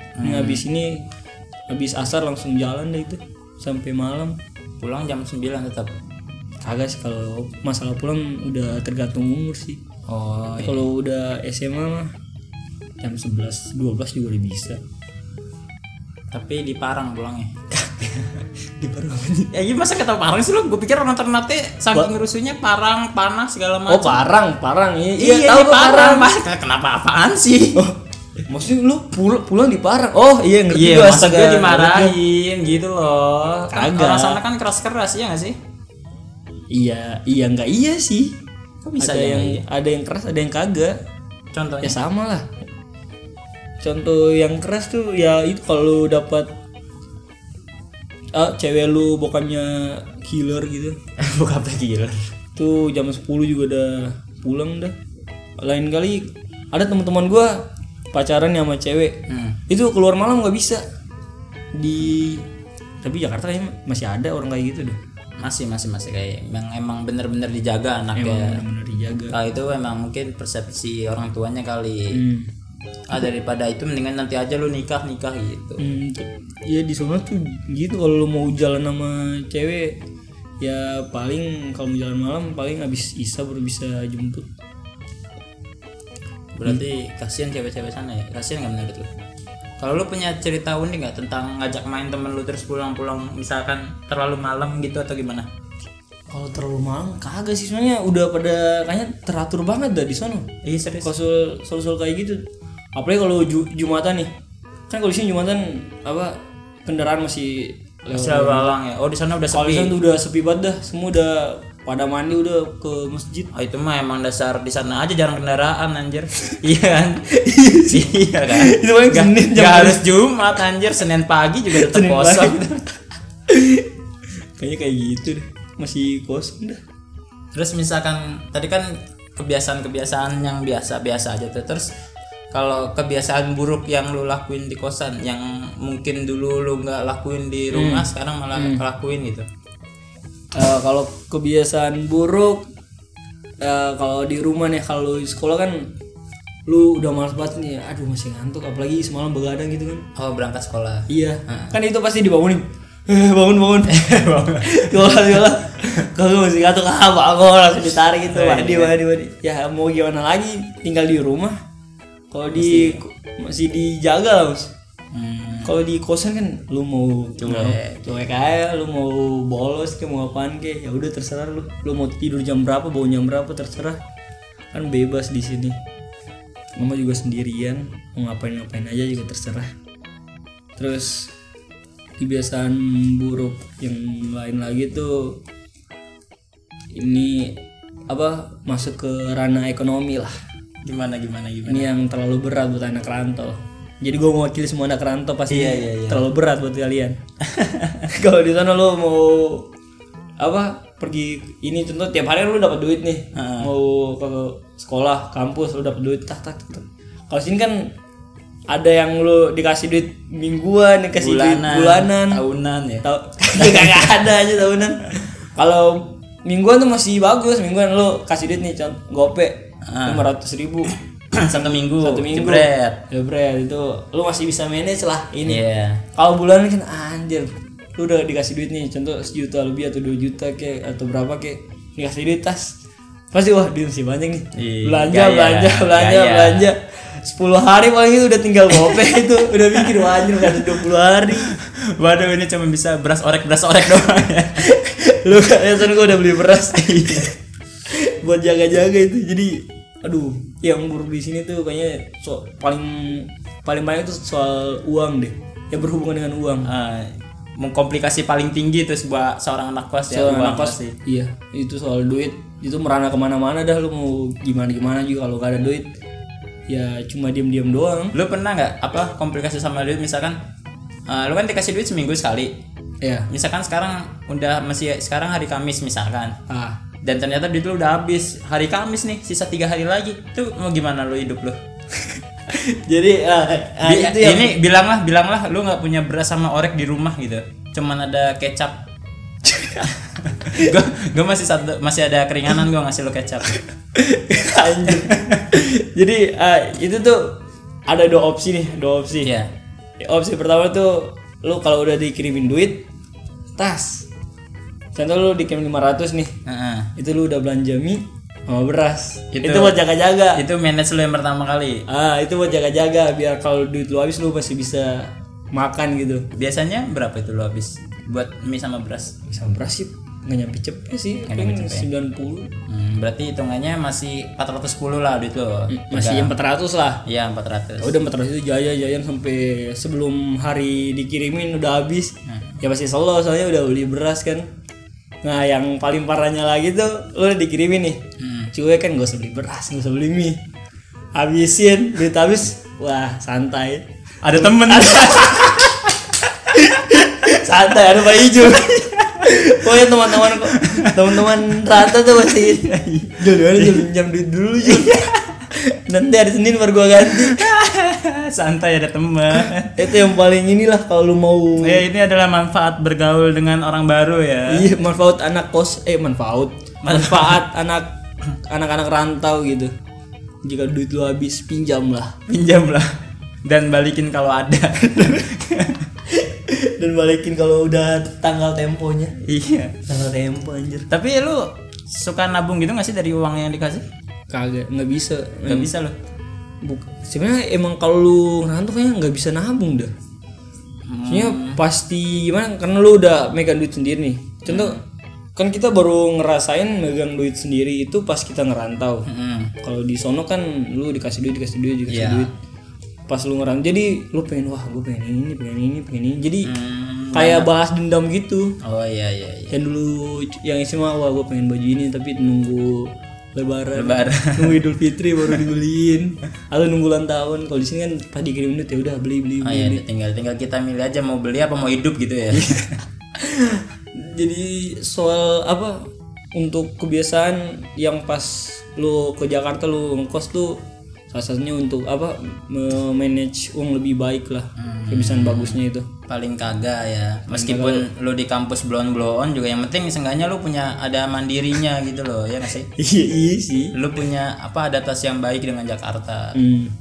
Habis asar langsung jalan deh itu sampai malam. Pulang jam 9 tetap. Kagak sih, kalau masalah pulang udah tergantung umur sih. Oh iya. Kalau udah SMA mah jam 11, 12 juga udah bisa. Tapi di Parang pulangnya. Di Parang. Ya iya masa kata Parang sih lu? Gue pikir orang Ternate saking rusuhnya Parang, panas segala macam. Oh Parang. Iya tahu Parang. Kenapa apaan sih? Oh, maksudnya lu pulang di Parang. Oh iya ngerti. Iya masa gue dimarahin gitu loh. Kagak. Orang sana kan keras-keras ya nggak sih? Iya enggak iya sih. Kok bisa ada yang keras, ada yang kagak. Contohnya? Ya sama lah. Contoh yang keras tuh ya itu kalau dapat cewek lu bokapnya killer gitu. Bokapnya killer. Tuh jam 10 juga udah pulang dah. Lain kali ada teman-teman gua pacaran sama cewek. Itu keluar malam nggak bisa. Tapi Jakarta masih ada orang kayak gitu deh. Masih kayak emang bener-bener dijaga anaknya. Bener-bener dijaga. Kalau itu emang mungkin persepsi orang tuanya kali. Daripada itu mendingan nanti aja lu nikah gitu. Iya di sana tuh gitu, kalau lu mau jalan sama cewek ya paling kalau mau jalan malam paling habis isya baru bisa jemput. Berarti kasihan cewek-cewek sana ya. Kasihan nggak menurut lu? Kalau lu punya cerita unik nggak tentang ngajak main temen lu terus pulang-pulang misalkan terlalu malam gitu atau gimana? Kalau terlalu malam kagak sih, soalnya udah pada kayaknya teratur banget dah di sana. Iya serius. Kalau soal kayak gitu, apalagi kalau Jumatan nih, kan kalau di sini Jumatan kendaraan masih lewat balang ya. Oh di sana udah sepi. Kalau di sana udah sepi banget dah, semua udah pada mandi udah ke masjid. Itu mah emang dasar di sana aja jarang kendaraan anjir. Iya kan? Iya kan? Itu paling Senin jam harus Jumat anjir, Senin pagi juga tetap kosong. Kayaknya kayak gitu deh. Masih kosong dah. Terus misalkan tadi kan kebiasaan-kebiasaan yang biasa-biasa aja tuh. Terus kalau kebiasaan buruk yang lu lakuin di kosan, yang mungkin dulu lu nggak lakuin di rumah, sekarang malah lakuin gitu. Kalau kebiasaan buruk, kalau di rumah nih, kalau di sekolah kan lu udah malas banget nih, aduh masih ngantuk, apalagi semalam begadang gitu kan. Oh, berangkat sekolah. Iya, kan itu pasti dibangunin. Bangun. Sekolah. Kalau masih ngantuk, bangun langsung ditarik gitu. Mandi. Ya mau gimana lagi, tinggal di rumah. Kalau masih dijaga lah, Mas. Kalau di kosan kan lu mau cuek aja, lu mau bolos ke mau apaan ke, ya udah terserah lu. Lu mau tidur jam berapa, bangun jam berapa terserah. Kan bebas di sini. Mama juga sendirian, mau ngapain aja juga terserah. Terus kebiasaan buruk yang lain lagi tuh ini masuk ke ranah ekonomi lah. Gimana? Ini yang terlalu berat buat anak rantau. Jadi gue mewakili semua anak rantau pasti. Iya. Terlalu berat buat kalian. Kalau di sana lo mau pergi ini, contoh tiap hari lo dapat duit nih. Mau ke sekolah, kampus lo dapat duit tak. Kalau sini kan ada yang lo dikasih duit mingguan, dikasih duit bulanan, tahunan ya. Kagak ada aja tahunan. Kalau mingguan tuh masih bagus, mingguan lo kasih duit nih gope 500.000 satu minggu jebret itu lu masih bisa manage lah ini. Kalau bulanan kan anjir, lu udah dikasih duit nih, contoh 1 juta lebih atau 2 juta atau berapa dikasih duit tas, pasti wah duit masih banyak nih. Belanja 10 hari paling itu udah tinggal gope itu udah mikir wah anjir kan 20 hari. Waduh, ini cuma bisa beras orek doang ya. Lu kan gua udah beli beras buat jaga-jaga itu. Jadi aduh, yang buruk di sini tuh kayaknya paling banyak itu soal uang deh, yang berhubungan dengan uang. Mengkomplikasi paling tinggi itu seorang anak kos ya. Anak kos sih. Iya, itu soal duit itu merana kemana-mana dah. Lu mau gimana juga kalau gak ada duit ya cuma diam doang. Lu pernah nggak komplikasi sama duit? Misalkan lu kan dikasih duit seminggu sekali. Iya. Misalkan sekarang hari Kamis misalkan. Dan ternyata duit lu udah habis hari Kamis nih, sisa 3 hari lagi. Tuh mau gimana lu hidup lu? Jadi itu ini bilanglah lu nggak punya beras sama orek di rumah gitu. Cuman ada kecap. gue masih ada keringanan, gue ngasih lu kecap. Anjir. Jadi itu tuh ada dua opsi. Iya. Opsi pertama tuh lu kalau udah dikirimin duit tas, contoh lu dikirim 500 nih, itu lu udah belanja mie sama beras. Itu buat jaga-jaga. Itu manage lu yang pertama kali. Itu buat jaga-jaga biar kalau duit lu habis lu masih bisa makan gitu. Biasanya berapa itu lu habis buat mie sama beras? Mie sama beras sih nggak nyampe cepet sih, paling 90. Berarti hitungannya masih 410 lah duit lo. Masih 400 lah. Iya 400. Udah 400 itu jajan sampai sebelum hari dikirimin udah habis. Ya pasti selo soalnya udah beli beras kan. Nah yang paling parahnya lagi tuh lo udah dikirimin nih. Cuek kan gak usah beli beras, gak usah beli mie. Habisin, duit habis, wah santai. Ada temen. Santai, ada Pak Ijo. Pokoknya teman-teman rata tuh masih Jul jam duit dulu Jul. Nanti hari Senin baru gua ganti. Santai, ada teman. Itu yang paling inilah kalau lu mau. Ini adalah manfaat bergaul dengan orang baru ya. Iya, manfaat anak kos manfaat anak-anak rantau gitu. Jika duit lu habis pinjam lah dan balikin kalau ada. Dan balikin kalau udah tanggal temponya. Iya, tanggal tempo anjir. Tapi lu suka nabung gitu gak sih dari uang yang dikasih? Kagak, nggak bisa lo. Sebenarnya emang kalau lu ngerantau kayaknya nggak bisa nabung dah. Soalnya pasti gimana, karena lu udah megang duit sendiri nih. Contoh kan kita baru ngerasain megang duit sendiri itu pas kita ngerantau. Kalau di sono kan lu dikasih duit. Pas lu ngerantau jadi lu pengen gue pengen ini. Jadi kayak balas dendam gitu. Oh iya. Yang dulu yang SMA gue pengen baju ini tapi nunggu Lebaran. Nunggu Idul Fitri baru dibeliin atau nunggu ulang tahun. Kalau di sini kan pas dikirim duit ya udah beli. Iya, tinggal kita milih aja mau beli apa mau hidup gitu ya. Jadi soal untuk kebiasaan yang pas lu ke Jakarta lu ngekos tuh salah satunya untuk apa manage uang lebih baik lah. Kebiasaan bagusnya itu Paling kagak ya. Meskipun lu di kampus blow on juga yang penting seenggaknya lu punya ada mandirinya gitu loh, ya nggak sih? iya sih. Lu punya apa adaptasi yang baik dengan Jakarta.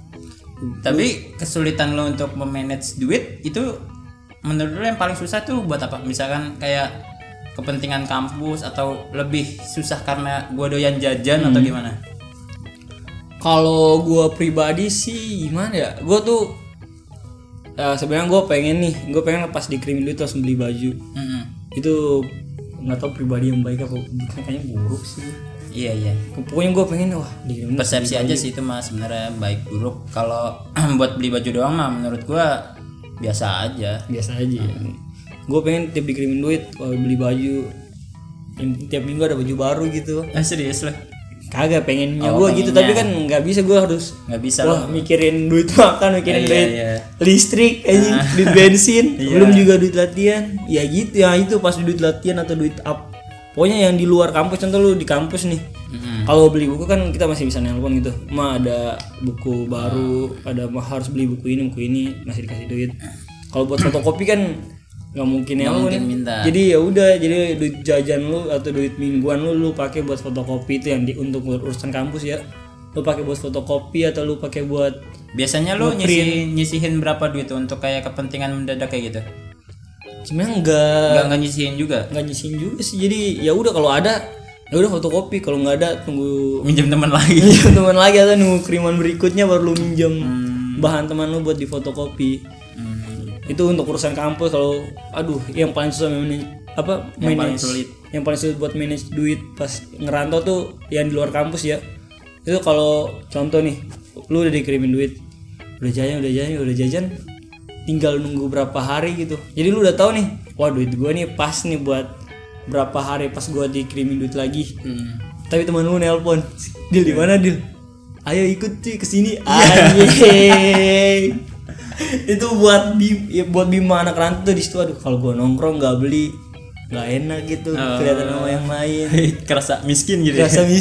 Tapi kesulitan lu untuk memanage duit itu menurut lu yang paling susah tuh buat apa? Misalkan kayak kepentingan kampus atau lebih susah karena gua doyan jajan atau gimana? Kalau gue pribadi sih gimana ya, gue tuh sebenarnya gue pengen pas dikirimin duit langsung beli baju. Itu nggak tahu pribadi yang baik apa bukan, kayaknya buruk sih. Iya. Pokoknya gue pengen dikirimin Persepsi aja sih itu mah sebenarnya baik buruk. Kalau buat beli baju doang mah menurut gua biasa aja. Gue pengen tiap dikirimin duit kalau beli baju, tiap minggu ada baju baru gitu. Serius lah? Kagak pengennya gue gitu, tapi kan nggak bisa, gue harus loh. Mikirin duit makan, mikirin duit listrik, duit bensin, belum juga duit latihan. Ya gitu ya, itu pas duit latihan atau duit up. Pokoknya yang di luar kampus, contoh lu di kampus nih. Kalau beli buku kan kita masih bisa nelpon gitu. Ada buku baru, harus beli buku ini masih dikasih duit. Kalau buat fotokopi kan nggak mungkin minta. Jadi ya udah, jadi duit jajan lu atau duit mingguan lu pakai buat fotokopi, itu yang untuk urusan kampus ya. Lu pakai buat fotokopi atau lu pakai buat biasanya lu nyisihin berapa duit tuh untuk kayak kepentingan mendadak kayak gitu? Sebenarnya enggak nyisihin juga sih. Jadi ya udah, kalau ada ya udah fotokopi, kalau nggak ada tunggu minjem teman lagi atau nunggu kiriman berikutnya baru lu minjem bahan teman lu buat di fotokopi. Itu untuk urusan kampus. Kalau yang paling susah yang paling sulit buat manage duit pas ngerantau tuh yang di luar kampus ya. Itu kalau contoh nih, lu udah dikirimin duit, udah jajan, tinggal nunggu berapa hari gitu. Jadi lu udah tahu nih, wah duit gua nih pas nih buat berapa hari pas gua dikirimin duit lagi. Tapi teman lu nelpon, Dil di mana Dil? Ayo ikut sih kesini. Anjing. Itu buat Bima anak rantau di situ. Kalau gua nongkrong nggak beli nggak enak gitu, kelihatan sama yang lain. Kerasa miskin gitu.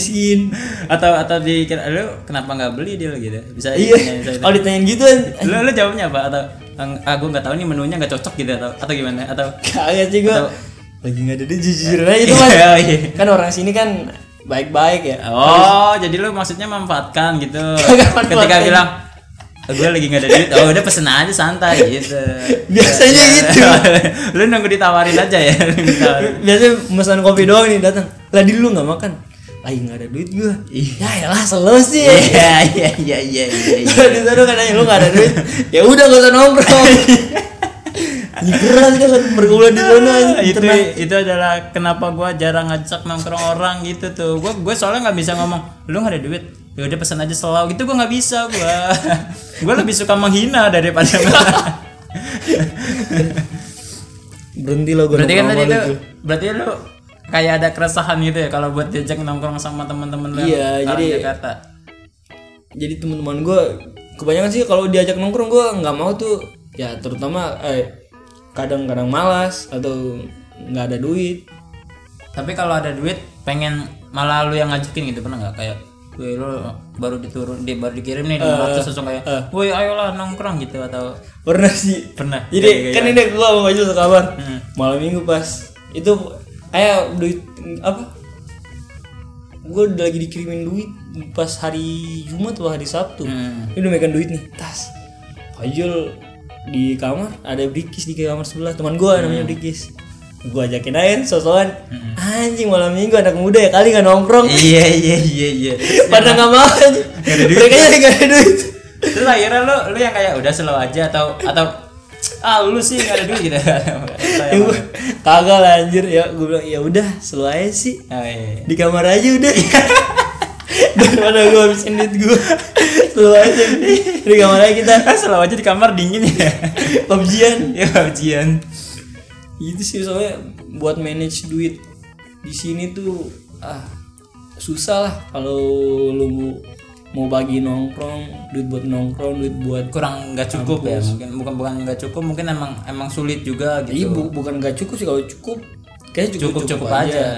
atau dikira lu kenapa nggak beli dia gitu. Bisa. Kalau ditanyain gitu lu jawabnya apa? Atau gua nggak tahu nih menunya nggak cocok gitu atau gimana? Atau kagak sih, gua lagi nggak ada, jujur aja itu kan orang sini kan baik-baik ya. Jadi lu maksudnya memanfaatkan gitu. Ketika bilang gue lagi nggak ada duit, udah pesen aja santai gitu. Biasanya gitu. Lu nunggu ditawarin aja ya. Biasanya pesan kopi doang nih, datang. Lah di lu nggak makan? Lagi nggak ada duit gue. Ya elah selalu sih. Iya. Di sana katanya lu nggak ada duit, ya udah nggak usah nongkrong. Keras kan bergaulan di sana. Itu adalah kenapa gue jarang ngajak nongkrong orang gitu tuh. Gue soalnya nggak bisa ngomong lu nggak ada duit, ya udah pesan aja selalu gitu. Gue nggak bisa. Gue lebih suka menghina daripada berhenti lo. Berarti lu kayak ada keresahan gitu ya kalau buat diajak nongkrong sama teman-teman lu yang di Jakarta. Jadi teman-teman gue kebanyakan sih kalau diajak nongkrong gue nggak mau tuh ya, terutama kadang-kadang malas atau nggak ada duit. Tapi kalau ada duit pengen malah lu yang ngajakin gitu, pernah nggak? Kayak woi lu baru dikirim nih 500 langsung kayak woi ayolah nongkrong gitu atau? Pernah sih. Jadi kan ini gua mau aja kabar malam minggu pas itu ayo duit apa, gua udah lagi dikirimin duit pas hari Jumat atau hari Sabtu. Ini udah megang duit nih, tas Fajul di kamar, ada Brikis di kamar sebelah, teman gua namanya Brikis. Gua ajakin aja sosokan. Anjing malam minggu anak muda ya kali nggak nongkrong. Iya. Pada nggak mau aja. Mereka jadi nggak ada duit. Terus akhirnya lu yang kayak udah slow aja atau lu sih nggak ada duit gitu. Kagak lah anjir ya, gue bilang ya udah slow aja sih. Di kamar aja udah. Daripada gue habisin duit gue, slow aja di kamar aja kita. Slow aja di kamar dingin ya. PUBG-an. Itu sih soalnya buat manage duit di sini tuh susah lah. Kalau lu mau bagi nongkrong, duit buat nongkrong, duit buat kurang nggak cukup kampus. Ya bukan nggak cukup, mungkin emang sulit juga gitu. Bukan nggak cukup sih, kalau cukup kayak cukup aja.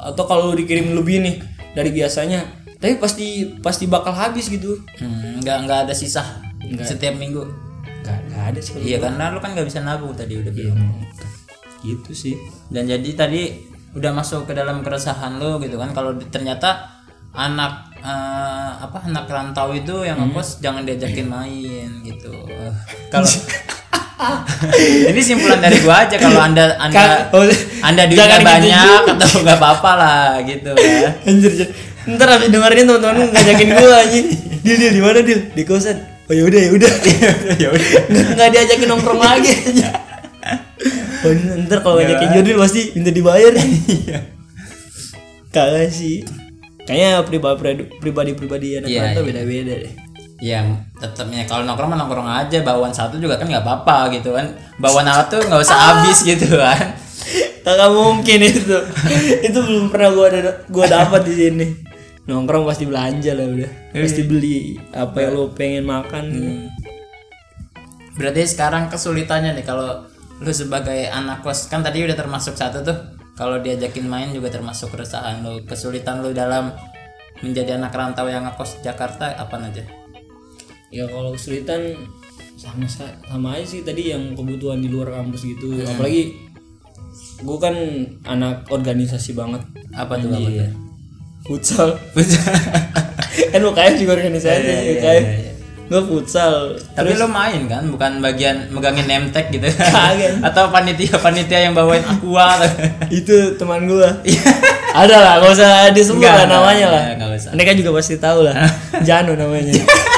atau kalau dikirim lebih nih dari biasanya, tapi pasti bakal habis gitu. Nggak ada sisa setiap minggu. Nggak ada sih. Iya karena lu kan nggak bisa nabung tadi udah bilang. Gitu sih. Dan jadi tadi udah masuk ke dalam keresahan lu gitu kan, kalau ternyata anak anak rantau itu yang ngekos jangan diajakin main gitu. Kalau ini simpulan dari gua aja, kalau anda duitnya banyak atau nggak apa-apa lah gitu ya. Anjir. Ntar abis dengerin teman-teman ngajakin gua anjing. Dil di mana Dil? Di kosan. Oh ya udah. Nggak diajakin nongkrong lagi aja. Oh, ntar kalau ngajakin Jodil pasti minta dibayar. Kagak sih. Kayaknya pribadi anak rantau beda-beda deh. Yang tetapnya kalau nongkrong nongkrong aja, bawaan satu juga kan nggak apa-apa gitu kan. Bawaan alat tuh nggak usah habis gitu kan. Kagak mungkin itu. Itu belum pernah gua dapat di sini. Nongkrong pasti belanja lah udah. Pasti beli apa yang lo pengen makan. Berarti sekarang kesulitannya nih kalau lu sebagai anak kos, kan tadi udah termasuk satu tuh, kalau diajakin main juga termasuk keresahan lu. Kesulitan lu dalam menjadi anak rantau yang ngekos Jakarta apa aja? Ya kalau kesulitan sama aja sih tadi yang kebutuhan di luar kampus gitu. Apalagi gue kan anak organisasi banget. Apa tuh? Futsal. Kan UKM juga organisasi. UKM. Gue futsal. Tapi lo main kan, bukan bagian megangin name tag gitu. Atau panitia yang bawain aqua. Itu teman gue. Ada lah, gak usah disebut lah namanya lah. Mereka juga pasti tahu lah. Jano namanya.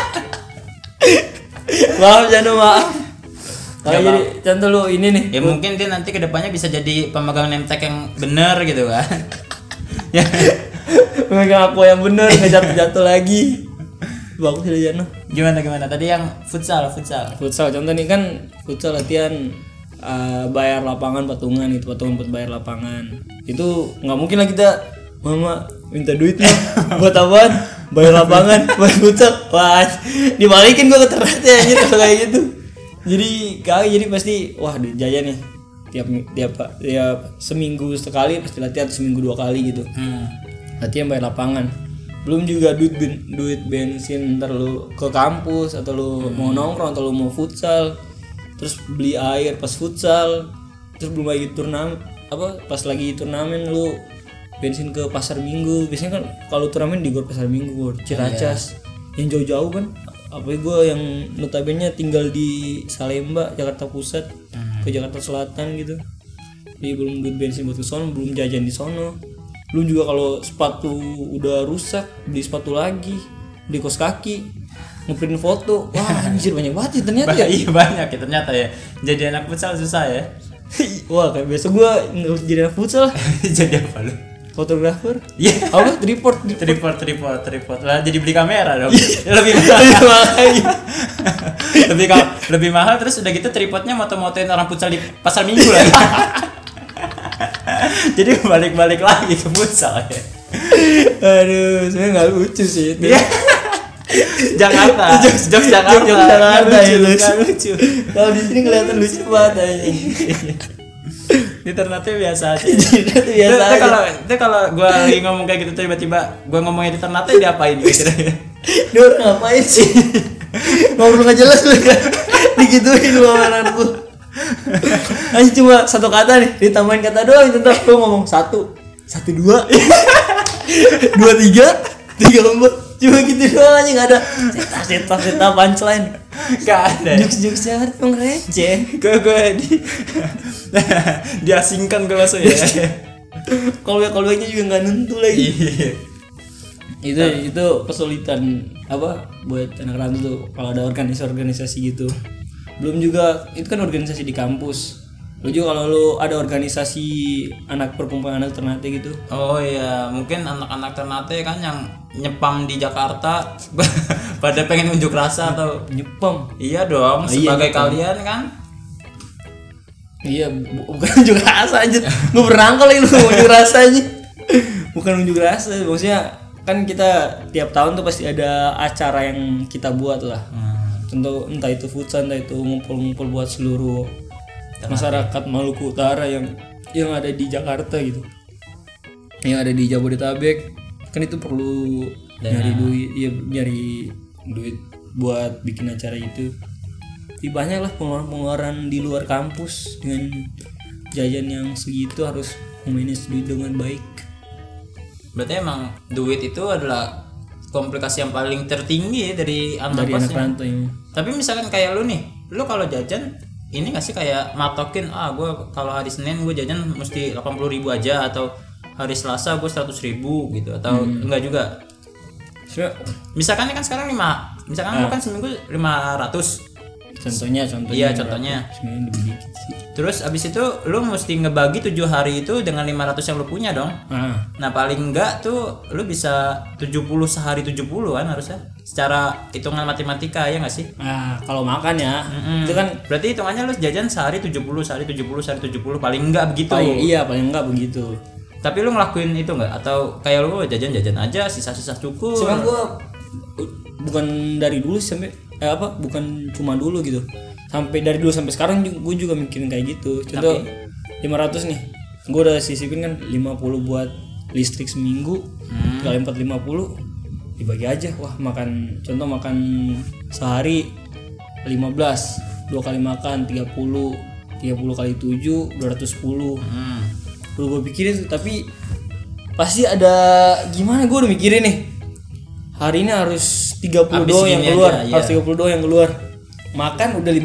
Maaf Jano, maaf. Jadi contoh lu ini nih. Ya mungkin dia nanti kedepannya bisa jadi pemegang name tag yang bener gitu kan. Pemegang aqua yang bener, nggak jatuh lagi. Bagus ya Jano. Gimana tadi yang futsal contoh nih kan futsal latihan bayar lapangan patungan buat bayar lapangan. Itu nggak mungkin lah kita mama minta duit nih buat apaan, bayar lapangan buat futsal. Wah dibalikin gua ke Ternate aja kalau kayak gitu. Jadi pasti wah dijaya nih tiap seminggu sekali pasti latihan, seminggu 2 kali gitu. Latihan bayar lapangan. Belum juga duit bensin ntar lu ke kampus atau lu mau nongkrong atau lu mau futsal, terus beli air pas futsal, terus belum lagi pas lagi turnamen lu bensin ke pasar Minggu. Biasanya kan kalau turnamen di Gor Pasar Minggu, Ciracas. Yang jauh-jauh kan. Apalagi gue yang notabene tinggal di Salemba, Jakarta Pusat ke Jakarta Selatan gitu. Jadi belum duit bensin buat ke sono, belum jajan di sono. Belum juga kalau sepatu udah rusak, beli sepatu lagi, beli kaos kaki, ngeprint foto. Wah anjir banyak banget ya ternyata ya. Iya banyak ya ternyata ya. Jadi anak futsal susah ya. Wah kayak biasa gue nggak usah jadi anak futsal. Jadi apa lu? Fotografer? Iya. Apa? Tripod lah, jadi beli kamera dong. Lebih mahal. lebih mahal terus udah gitu tripodnya moto-motoin orang futsal di pasar Minggu lagi. Jadi balik lagi ke futsal ya. Aduh, sebenarnya nggak lucu sih itu. Jakarta. Jokes Jakarta. Lucu. Kalau di sini kelihatan lucu banget aja. Di Ternate biasa aja. Kalau gue lagi ngomong kayak gitu tiba-tiba gue ngomongnya di Ternate diapain gitu. Dia orang ngapain sih? Ngobrol nggak jelas lu kan? Digituin lu sama anak gue. Hanya cuma satu kata nih, ditambahin kata doang. Contoh lu ngomong 1, 2, 2, 3, 3, 4. Cuma gitu doang aja, nggak ada cerita punchline. Gak ada. Jokes-jokesnya kan emang receh. Gue diasingkan gue langsung ya. Callback-nya juga nggak nentu lagi. Itu kesulitan apa buat anak rantau tuh kalau ada organisasi gitu. Belum juga itu kan organisasi di kampus. Lu juga kalau lu ada organisasi perkumpulan anak Ternate gitu. Oh iya, mungkin anak-anak Ternate kan yang nyepam di Jakarta pada pengen unjuk rasa atau nyepam. Iya dong, sebagai kalian kan. Iya, bukan unjuk rasa aja. Gue berangkal lagi lu unjuk rasa aja. Bukan unjuk rasa, maksudnya kan kita tiap tahun tuh pasti ada acara yang kita buat lah. Contoh entah itu futsal, entah itu ngumpul-ngumpul buat seluruh masyarakat Maluku Utara yang ada di Jakarta gitu. yang ada di Jabodetabek kan itu perlu nyari duit buat bikin acara itu. Banyak lah pengeluaran di luar kampus, dengan jajan yang segitu harus memanage duit dengan baik. Berarti emang duit itu adalah komplikasi yang paling tertinggi dari anak rantau. Tapi misalkan kayak lu nih, lu kalau jajan ini nggak sih kayak matokin gue kalau hari Senin gue jajan mesti 80.000 aja, atau hari Selasa gue 100.000 gitu, atau enggak juga? Misalkan kan sekarang lu kan seminggu 500. Contohnya. Iya, contohnya. Sebenarnya lebih dikit sih. Terus abis itu lu mesti ngebagi 7 hari itu dengan 500 yang lu punya dong. Nah, paling enggak tuh lu bisa 70 sehari 70 kan harusnya. Secara hitungan matematika ya enggak sih? Kalau makan ya. Itu kan berarti hitungannya lu jajan sehari 70 sehari 70 paling enggak begitu. Iya, paling enggak begitu. Tapi lu ngelakuin itu enggak, atau kayak lu jajan-jajan aja sisa-sisa cukup? Sebenarnya gua bukan dari dulu bukan cuma dulu gitu, sampai dari dulu sampai sekarang gue juga mikirin kayak gitu. Contoh 500 nih, gue udah sisipin kan 50 buat listrik seminggu, kali 450 dibagi aja. Wah, makan sehari 15, 2 kali makan 30 kali 7 210. Udah gue pikirin, tapi pasti ada gimana. Gue udah mikirin nih, hari ini harus 30 doang yang keluar, harus 30 doang yang keluar. Makan udah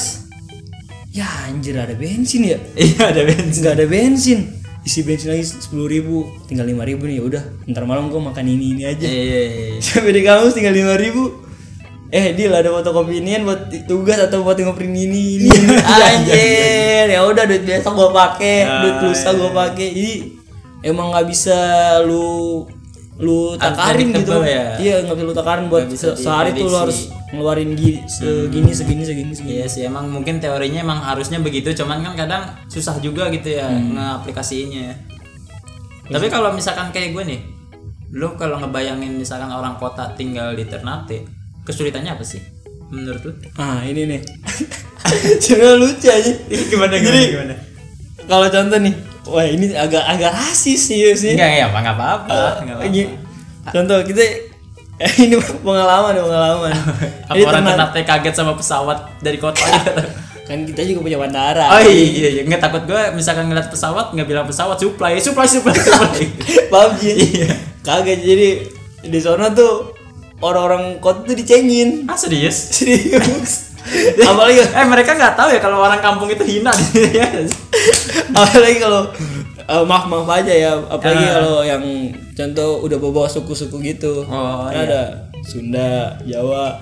15. Ya anjir, ada bensin ya? Iya, ada bensin. Enggak ada bensin. Isi bensin lagi 10.000, tinggal 5.000 nih. Ya udah, ntar malam gua makan ini aja. Sampai di kampus tinggal 5.000. Deal, ada fotokopi inian buat tugas atau buat ngoprint ini. Anjir, ya udah, duit besok gua pakai, duit lusa gua pakai. Jadi emang enggak bisa lu takarin gitu ya? Iya, nggak bisa lu takarin buat sehari tuh lu harus ngeluarin segini. Iya sih, emang mungkin teorinya emang harusnya begitu, cuman kan kadang susah juga gitu ya ngeaplikasiinnya. Tapi kalau misalkan kayak gue nih, lu kalau ngebayangin misalkan orang kota tinggal di Ternate, kesulitannya apa sih menurut lu? Ini nih sebenarnya lucu aja. Gimana? Kalau contoh nih, wah ini agak rasis sih. Enggak apa-apa. Contoh kita ini pengalaman. Apa orang Ternate kaget sama pesawat dari kota? Kan kita juga punya bandara. Oh iya, nggak takut gue misalkan ngeliat pesawat nggak bilang pesawat, supply. PUBG. Iya. Kaget, jadi di sana tuh orang-orang kota tuh dicengin. Serius? Apalagi mereka nggak tahu ya kalau orang kampung itu hina ya. Apalagi kalau maaf aja ya, apalagi kalau yang contoh udah bawa suku-suku gitu. Ada Sunda, Jawa,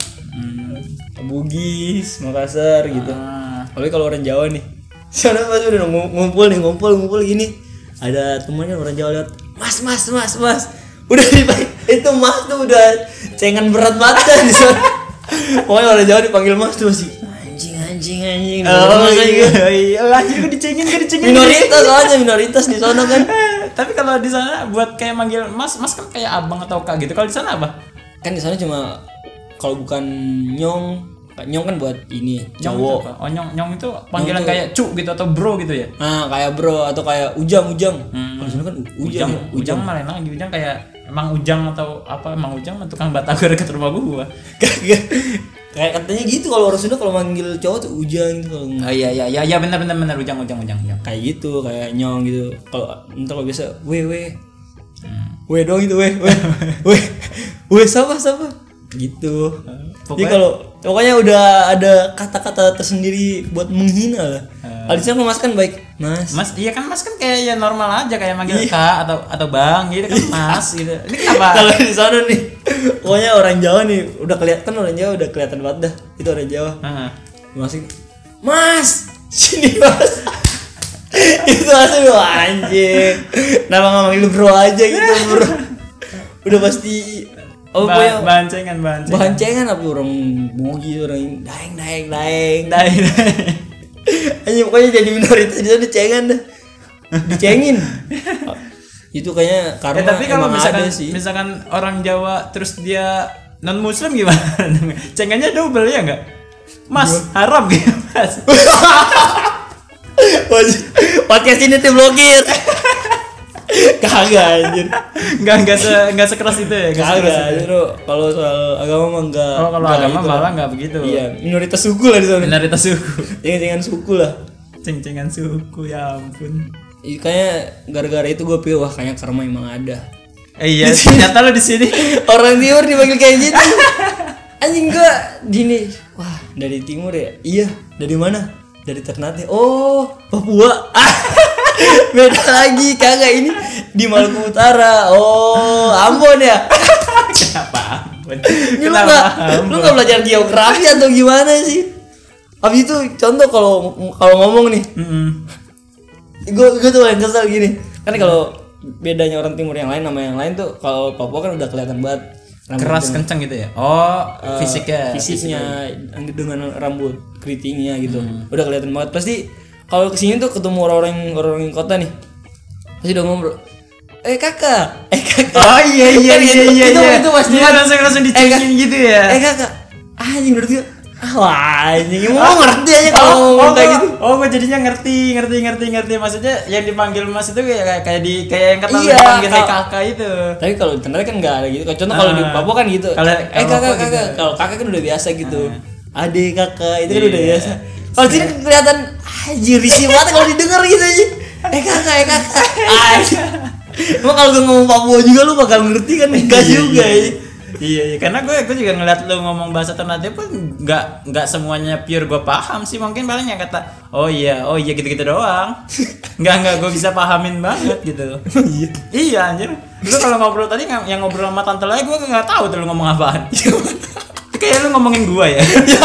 Bugis, Makassar gitu. Apalagi kalau orang Jawa nih, sana pas udah ngumpul gini, ada temannya orang Jawa lihat, mas, udah itu mas tuh udah cengan berat banget di sana. Pokoknya orang Jawa dipanggil mas tuh masih anjing. Anjing gue dicengin. Minoritas di sana kan. Tapi kalau di sana buat kayak manggil mas kan kayak abang atau kak gitu. Kalau di sana apa? Kan di sana cuma kalau bukan nyong kan buat ini cowok. Nyong itu panggilan kayak cu gitu atau bro gitu ya? Kayak bro atau kayak ujang. Kalau di sana kan ujang malah lagi. Ujang kayak emang ujang atau apa? Emang ujang tukang batagor dekat rumah gua. Kayak katanya gitu kalau orang Sunda kalau manggil cowok tuh ujang gitu. Iya benar ujang. Kayak gitu, kayak nyong gitu. Kalau biasa we doang itu we sama gitu. Jadi kalau pokoknya udah ada kata-kata tersendiri buat menghina lah. Kalau di sana mas kan baik, mas. Iya kan, mas kan kayak ya normal aja kayak manggil kak atau bang gitu kan, mas gitu. Ini kenapa? Kalau di sana nih, pokoknya orang Jawa nih udah kelihatan, orang Jawa udah kelihatan banget dah. Itu orang Jawa. Mas, sini mas. Itu asli anjing. Kenapa nggak manggil bro aja gitu bro? Udah pasti. Bahan cengan apa orang Bugis, orang daeng. Anjing pokoknya jadi minoritas di sana dicengin. Itu kayaknya karena tapi kalau sih. misalkan orang Jawa terus dia non muslim gimana? Cengannya double ya enggak? Mas, haram gitu, Mas. Podcast ini diblokir. Kagak anjir. Enggak sekeras itu ya. Kagak, bro. Kalau soal agama mah enggak. Oh, kalau agama gitu malah enggak begitu. Iya, minoritas suku lah di sana. Minoritas suku. Ceng-cengan suku lah. Ceng-cengan suku, ya ampun. Kayaknya gara-gara itu gue pikir wah kayaknya karma emang ada. Iya, ternyata lo di sini Orang timur dipanggil kayak gitu. Anjing gue gini. Wah, dari timur ya? Iya, dari mana? Dari Ternate. Oh, Papua. Beda lagi, kagak ini di Maluku Utara. Oh, Ambon ya. Kenapa Ambon? Lu nggak belajar geografi atau gimana sih? Abis itu contoh kalau ngomong nih, gue tuh yang kesel gini. Kan kalau bedanya orang timur yang lain sama yang lain tuh, kalau Papua kan udah kelihatan banget keras kenceng gitu ya. Oh, fisiknya dengan rambut keritingnya gitu. Udah kelihatan banget. Pasti kalau kesini tuh ketemu orang-orang kota nih, pasti udah ngomong, kakak. Oh iya. Itu pasti langsung dicengin gitu ya. Kakak. Anjing menurut gue. Wah, anjing mau ngerti aja kalau ngomong kayak gitu. Oh, gue jadinya ngerti. Maksudnya yang dipanggil Mas itu kayak yang kata iya, dipanggil kakak itu. Tapi kalau di Ternate kan enggak ada gitu. Contoh kalau di Papua kan gitu. Kakak. Kalau kakak kan udah biasa gitu. Adik kakak itu kan udah biasa. Kalau sini kelihatan anjir risih banget kalau didengar gitu aja. Kakak. Emang kalau gue ngomong Papua juga lu bakal ngerti kan? Enggak juga ya. Iya, karena gue juga ngeliat lu ngomong bahasa Ternate pun nggak semuanya pure gue paham sih, mungkin paling yang kata oh iya gitu doang. Nggak gue bisa pahamin banget gitu. Iya anjir. Lu kalau ngobrol tadi yang ngobrol sama tante lo, gue nggak tahu tuh lu ngomong apaan. Kayak lu ngomongin gue ya.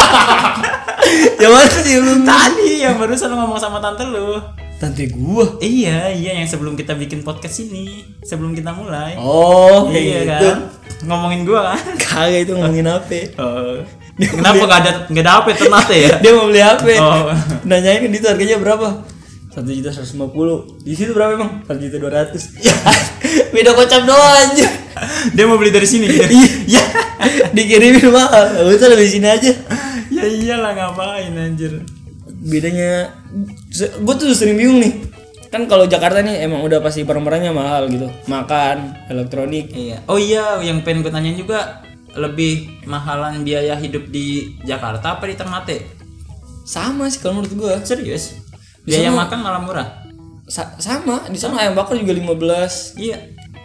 Ya mana sih lu? Tadi yang barusan lu ngomong sama tante lu. Tante gua. Iya yang sebelum kita bikin podcast ini, sebelum kita mulai. Oh, iya kan. Gitu. Ngomongin gua kan. Kagak itu ngomongin HP. Oh. Kenapa enggak ada HP Ternate ya? Dia mau beli HP. Oh. Nanyain kan itu harganya berapa? 1.150.000. Di situ berapa emang? 1.200.000. Beda kocap doang aja. Dia mau beli dari sini gitu. Iya. Dikirimin mahal. Udah lebih sini aja. Ya iyalah, ngapain anjir. Bedanya gue tuh sering bingung nih. Kan kalau Jakarta nih emang udah pasti barang-barangnya mahal gitu. Makan, elektronik. Iya. Oh iya, yang pengen gue tanyain juga, lebih mahalan biaya hidup di Jakarta apa di Ternate? Sama sih kalau menurut gue. Serius? Biaya makan malah murah. Sama, di sana ayam bakar juga 15. Iya.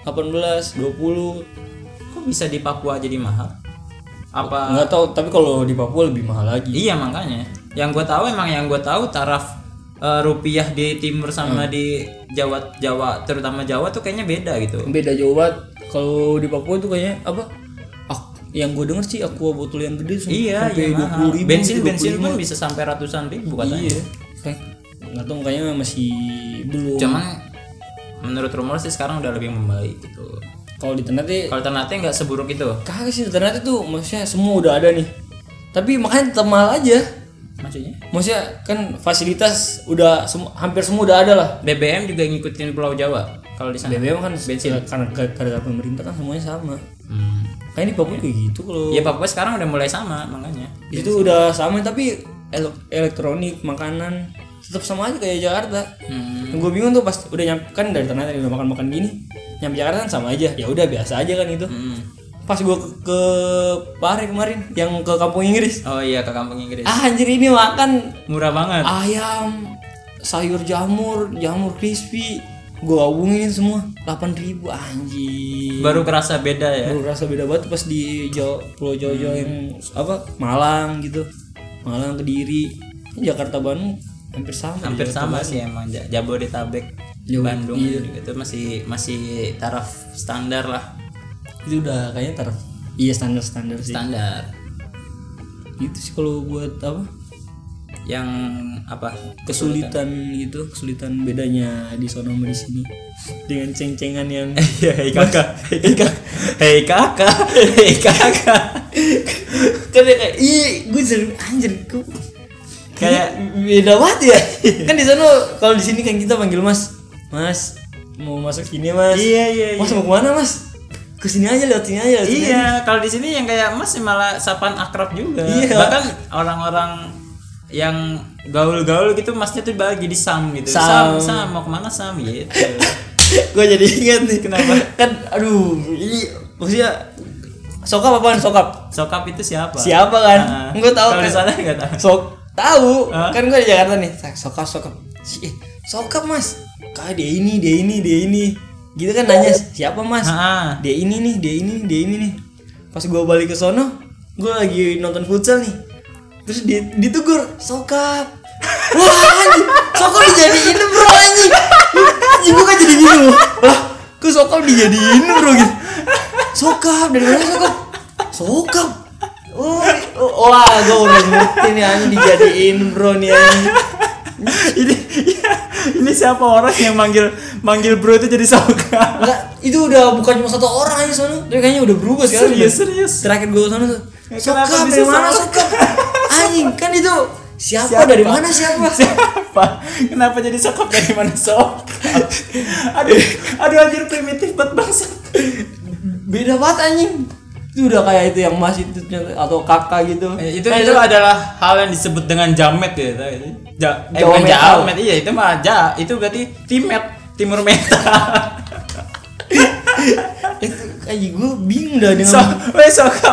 18, 20. Kok bisa di Papua jadi mahal? Apa? Nggak tahu, tapi kalau di Papua lebih mahal lagi. Iya makanya. Yang gue tahu taraf rupiah di timur sama di Jawa terutama Jawa tuh kayaknya beda gitu. Beda jauh banget. Kalau di Papua tuh kayaknya apa? Yang gue denger sih aqua botol yang gede sampai 20.000. Bensin pun bisa sampai ratusan ribu katanya. Iya. Nggak tahu kayaknya masih belum. Cuman menurut rumor sih sekarang udah lebih membaik gitu. Kalau di Ternate nggak seburuk itu. Kagak sih, di Ternate tuh maksudnya semua udah ada nih. Tapi makanya tetap mahal aja. Maksudnya kan fasilitas udah hampir semua udah ada lah. BBM juga ngikutin Pulau Jawa. Kalau di sana BBM kan bensin karena gara-gara pemerintah kan semuanya sama. Kayak di Papua kayak gitu kalau. Ya Papua sekarang udah mulai sama makanya. Itu udah sama tapi elektronik, makanan tetap sama aja kayak Jakarta. Gue bingung tuh pas udah nyampe kan dari Ternate udah makan gini. Nyampe Jakarta kan sama aja. Ya udah biasa aja kan itu. Pas gue ke Pare kemarin yang ke kampung Inggris. Oh iya, ke kampung Inggris. Anjir ini makan murah banget. Ayam, sayur jamur crispy. Gue hubungin semua 8.000 anjir. Baru kerasa beda ya. Baru kerasa beda banget pas di Pulau Jawa yang apa? Malang gitu. Malang, Kediri, Jakarta, Bandung hampir sama sih emang. Jabodetabek, Bandung itu masih taraf standar lah. Itu udah kayaknya taraf. Iya standar sih. Standar. Itu sih kalau buat apa? Yang apa? Kesulitan bedanya di sono sama di sini. Dengan ceng-cengan yang hei kakak. Karena kayak gue sering anjir kayak beda banget ya. Kan di sana kalau di sini kan kita panggil Mas mau masuk sini Mas. Iya. Mas mau kemana Mas? Kesini aja lewat sini aja. Iya, kalau di sini yang kayak Mas malah sapaan akrab juga. Iya. Bahkan orang-orang yang gaul-gaul gitu Masnya tuh bagi di Sam gitu. Sam mau kemana Sam gitu. Gue jadi ingat nih. Kenapa? Kan aduh, ini maksudnya sokap apaan sokap? Sokap itu siapa? Siapa kan? Gue tahu Kalau kan. di sana enggak tahu. Tahu. Kan gue di Jakarta nih. Sokap. Sokap Mas. Kayak dia ini. Gitu kan nanya, siapa Mas? Dia ini nih. Pas gue balik ke sono, gue lagi nonton futsal nih. Terus ditegur, sokap. Wah anjing, sokap dijadiin bro anjing. Gue kan jadi bingung. Lah, kok sokap dijadiin bro gitu. Sokap, dari mana sokap? Sokap. Wah, gue udah ngerti nih anjing dijadiin bro nih anjing. Ini siapa orang yang manggil bro itu jadi sokap? Enggak, itu udah bukan cuma satu orang aja sono. Tapi kayaknya udah berubah sekarang. Serius. Terakhir gue sono tuh. Kenapa Sokap bisa dari mana sokap? Anjing, kan itu siapa dari mana siapa? Kenapa jadi sokap dari mana sokap? Aduh anjir primitif banget bangsat. Beda banget anjing. Itu udah kayak itu yang mas itu atau kakak gitu. Itu adalah hal yang disebut dengan jamet ya. Bukan jamet, iya itu mah itu berarti timur metal. Itu kayak gue bingung dah dengan sokap.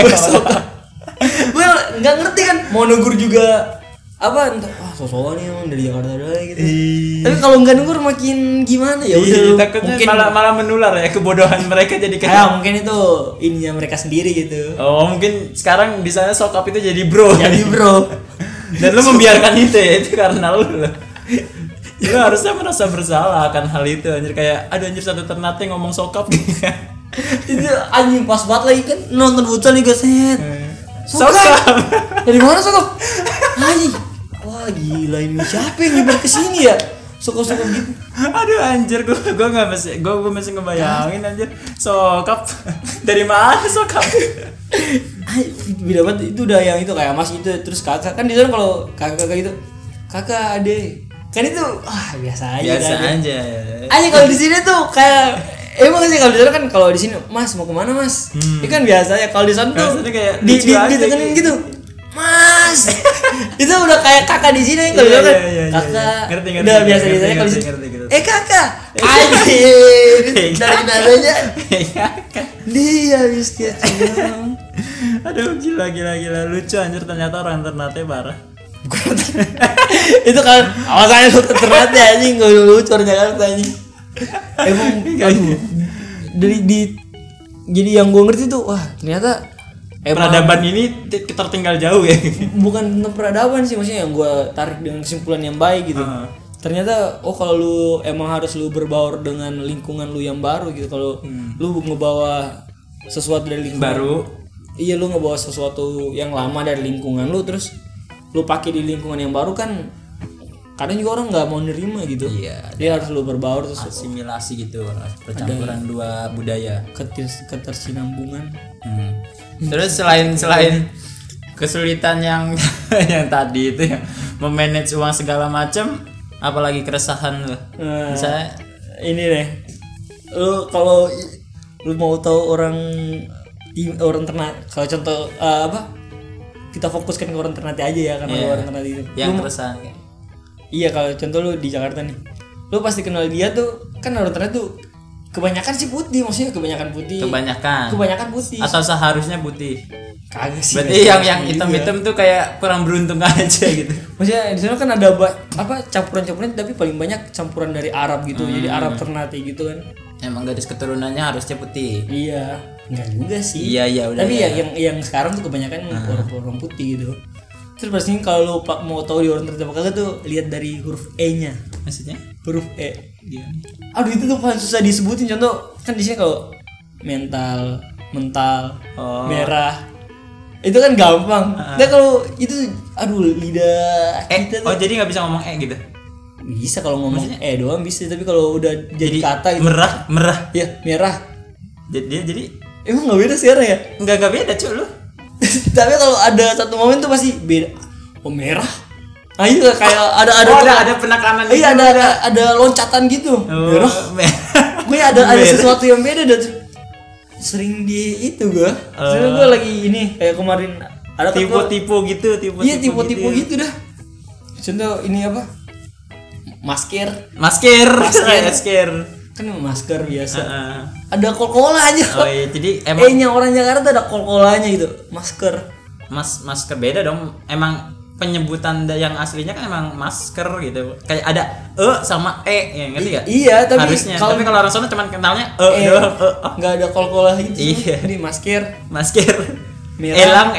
Gue nggak ngerti kan mau negur juga apa entah sosokan nih emang dari Jakarta udah gitu. Tapi kalau nggak negur makin gimana ya udah takutnya mungkin malah menular ya kebodohan mereka jadi kayak mungkin itu ininya mereka sendiri gitu. Oh mungkin sekarang di sana sokap itu jadi bro. Dan lu membiarkan itu ya, itu karena lu harusnya merasa bersalah akan hal itu anjir, kayak aduh anjir satu Ternate ngomong sokap gitu. Itu anjing pas banget lagi kan nonton futsal nih guys. Sokap. Dari mana sokap? Anjing. Wah gila ini siapa yang nyebar kesini ya? Sokap gitu. Aduh anjir gue masih ngebayangin anjir sokap. Dari mana sokap? Beda banget itu udah yang itu kayak mas itu terus kakak kan di sana kalau kakak gitu kakak adek kan itu biasa aja. Aja kalau di sini tuh kayak emang sih kalau di sana kan kalau di sini mas mau kemana mas? Itu kan biasa ya kalau di sana tuh ditekenin gitu. Mas. Itu udah kayak kakak di sini kalau kan kakak. Ngerti. Udah biasa di sana kalau di sini. Kakak. Anjir. Dari nadanya. Dia habis kecil. Aduh gila lucu anjir ternyata orang Ternate parah. Itu kan awasannya lu Ternate anjing enggak lucu orang Jakarta anjing. Emang aduh. Jadi yang gue ngerti tuh wah ternyata peradaban ini tertinggal jauh ya. Bukan tentang peradaban sih maksudnya yang gue tarik dengan kesimpulan yang baik gitu. Ternyata kalau lu emang harus lu berbaur dengan lingkungan lu yang baru gitu. Kalau lu ngebawa sesuatu dari lingkungan baru, iya lu ngebawa sesuatu yang lama dari lingkungan lu terus lu pakai di lingkungan yang baru kan kadang juga orang nggak mau nerima gitu. Iya. Dia harus lu berbaur terus asimilasi gitu, percampuran dua budaya, ketersinambungan. Terus selain kesulitan yang tadi itu yang memanage uang segala macam, apalagi keresahan lu? Misalnya ini deh. Lu kalau lu mau tahu orang Ternate, kalau contoh kita fokuskan ke orang Ternate aja ya karena orang Ternate itu. Yang keresahan. Iya kalau contoh lu di Jakarta nih, lu pasti kenal dia tuh kan orang Ternate tuh kebanyakan sih putih, maksudnya kebanyakan putih. Kebanyakan putih. Atau seharusnya putih. Kagak sih. Berarti yang hitam-hitam tuh kayak kurang beruntung aja gitu. Maksudnya di sana kan ada campuran-campuran tapi paling banyak campuran dari Arab gitu. Jadi Arab Ternate gitu kan. Emang garis keturunannya harusnya putih. Iya, enggak juga sih. Iya udah. Tapi ya yang sekarang tuh kebanyakan orang putih gitu. Terus pasti kalau mau tahu di orang Ternate apa kagak tuh lihat dari huruf E-nya. Maksudnya? Huruf E. Iya. Aduh itu tuh paling susah disebutin. Contoh kan di sini kalau mental, merah. Itu kan gampang. Nah kalau itu lidah kita tuh. Jadi nggak bisa ngomong gitu. Bisa kalau ngomong maksudnya? Doang bisa, tapi kalau udah jadi kata gitu. Merah. Ya, merah. Jadi emang enggak beda sekarang ya? Enggak beda, cuy lu. Tapi kalau ada satu momen tuh pasti beda. Oh, merah. Nah, itu kayak ada penekanan gitu. Iya, ada loncatan gitu. Merah. Gue ada sesuatu yang beda dan sering di itu gue. Soalnya gue lagi ini kayak kemarin ada tipe gitu, Iya, tipe gitu dah. Contoh ini apa? Masker. Masker. kan masker biasa. Heeh. Ada kol-kola aja. Oh iya, jadi emang nya orang Jakarta ada kol-kolanya gitu, masker. masker beda dong. Emang penyebutan yang aslinya kan emang masker gitu. Kayak ada sama ya, ngerti gak? Iya, tapi harusnya. Tapi kalau orang sana cuma kenalnya doang. Nggak ada kol-kola gitu. Iya. Ini masker. Elang.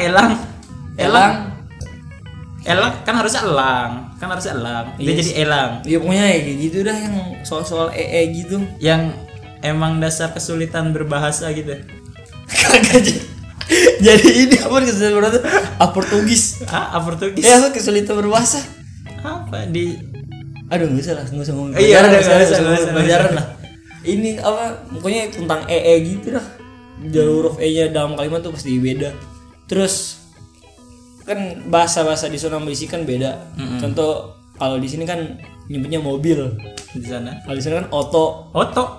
Elang Kan harusnya elang. Dia jadi elang. Iya pokoknya kayak gitu dah yang soal gitu. Yang emang dasar kesulitan berbahasa gitu. Kagak. Jadi ini apa kesulitan berbahasa? Portugis. Portugis. Ya apa kesulitan berbahasa? Apa di Aduh nggak usah ngomong. Iya, pelajaran lah. Ini apa? Pokoknya tentang gitu lah. Huruf nya dalam kalimat tuh pasti beda. Terus kan bahasa di zona berisi kan beda. Contoh kalau di sini kan nyebutnya mobil. Di sana. Kalau di sana kan oto.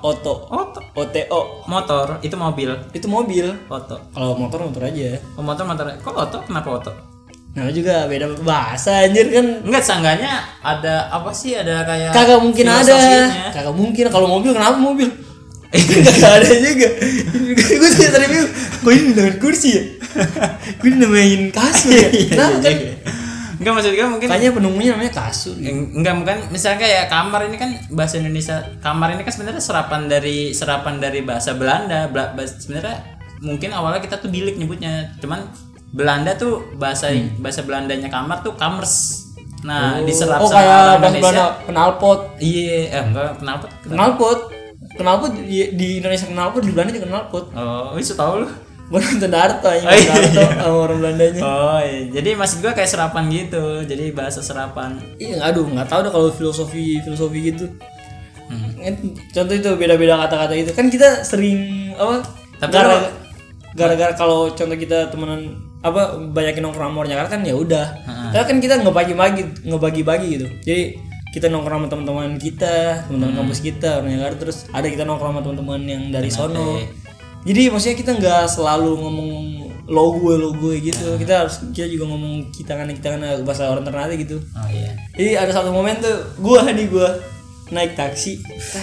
OTO. Motor itu mobil. Itu mobil. Oto. Kalau motor aja. Motor. Kok oto? Kenapa oto? Nah juga beda bahasa anjir kan. Enggak, seenggaknya ada apa sih, ada kayak Kagak mungkin ada. filosofinya. Kagak mungkin. Kalau mobil kenapa mobil? Kagak ada juga. Gue tadi bingung. Kok ini dengan kursi ya? Gue namain kasur ya? Kenapa kan? Enggak, maksud gue mungkin Kayaknya penemunya namanya kasur gitu. Enggak, bukan misalnya kayak kamar ini kan bahasa Indonesia. Kamar ini kan sebenarnya serapan dari bahasa Belanda. Sebenarnya mungkin awalnya kita tuh bilik nyebutnya. Cuman Belanda tuh bahasa Belandanya kamar tuh kamers. Nah, diserap sama kayak orang Indonesia knalpot. Iya, enggak Knalpot di Indonesia knalpot, di Belanda juga knalpot. Oh, bisa tahu lu. Gue nonton Naruto aja, sama orang Belandanya. Oh, iya. Jadi maksud gua kayak serapan gitu. Jadi bahasa serapan. Iya, nggak tahu dah kalau filosofi gitu. Contoh itu beda-beda kata-kata itu. Kan kita sering apa? Tapi gara-gara kalau contoh kita temenan apa banyakin nongkrong sama orang Jakarta kan ya udah. Tapi kan kita ngebagi-bagi gitu. Jadi kita nongkrong sama teman-teman kita, teman-teman kampus kita orang Jakarta, terus ada kita nongkrong sama teman-teman yang dari sono. Jadi maksudnya kita nggak selalu ngomong logo gitu. Kita juga ngomong kita kan bahasa orang Ternate gitu. Oh iya. Jadi ada satu momen tuh gua naik taksi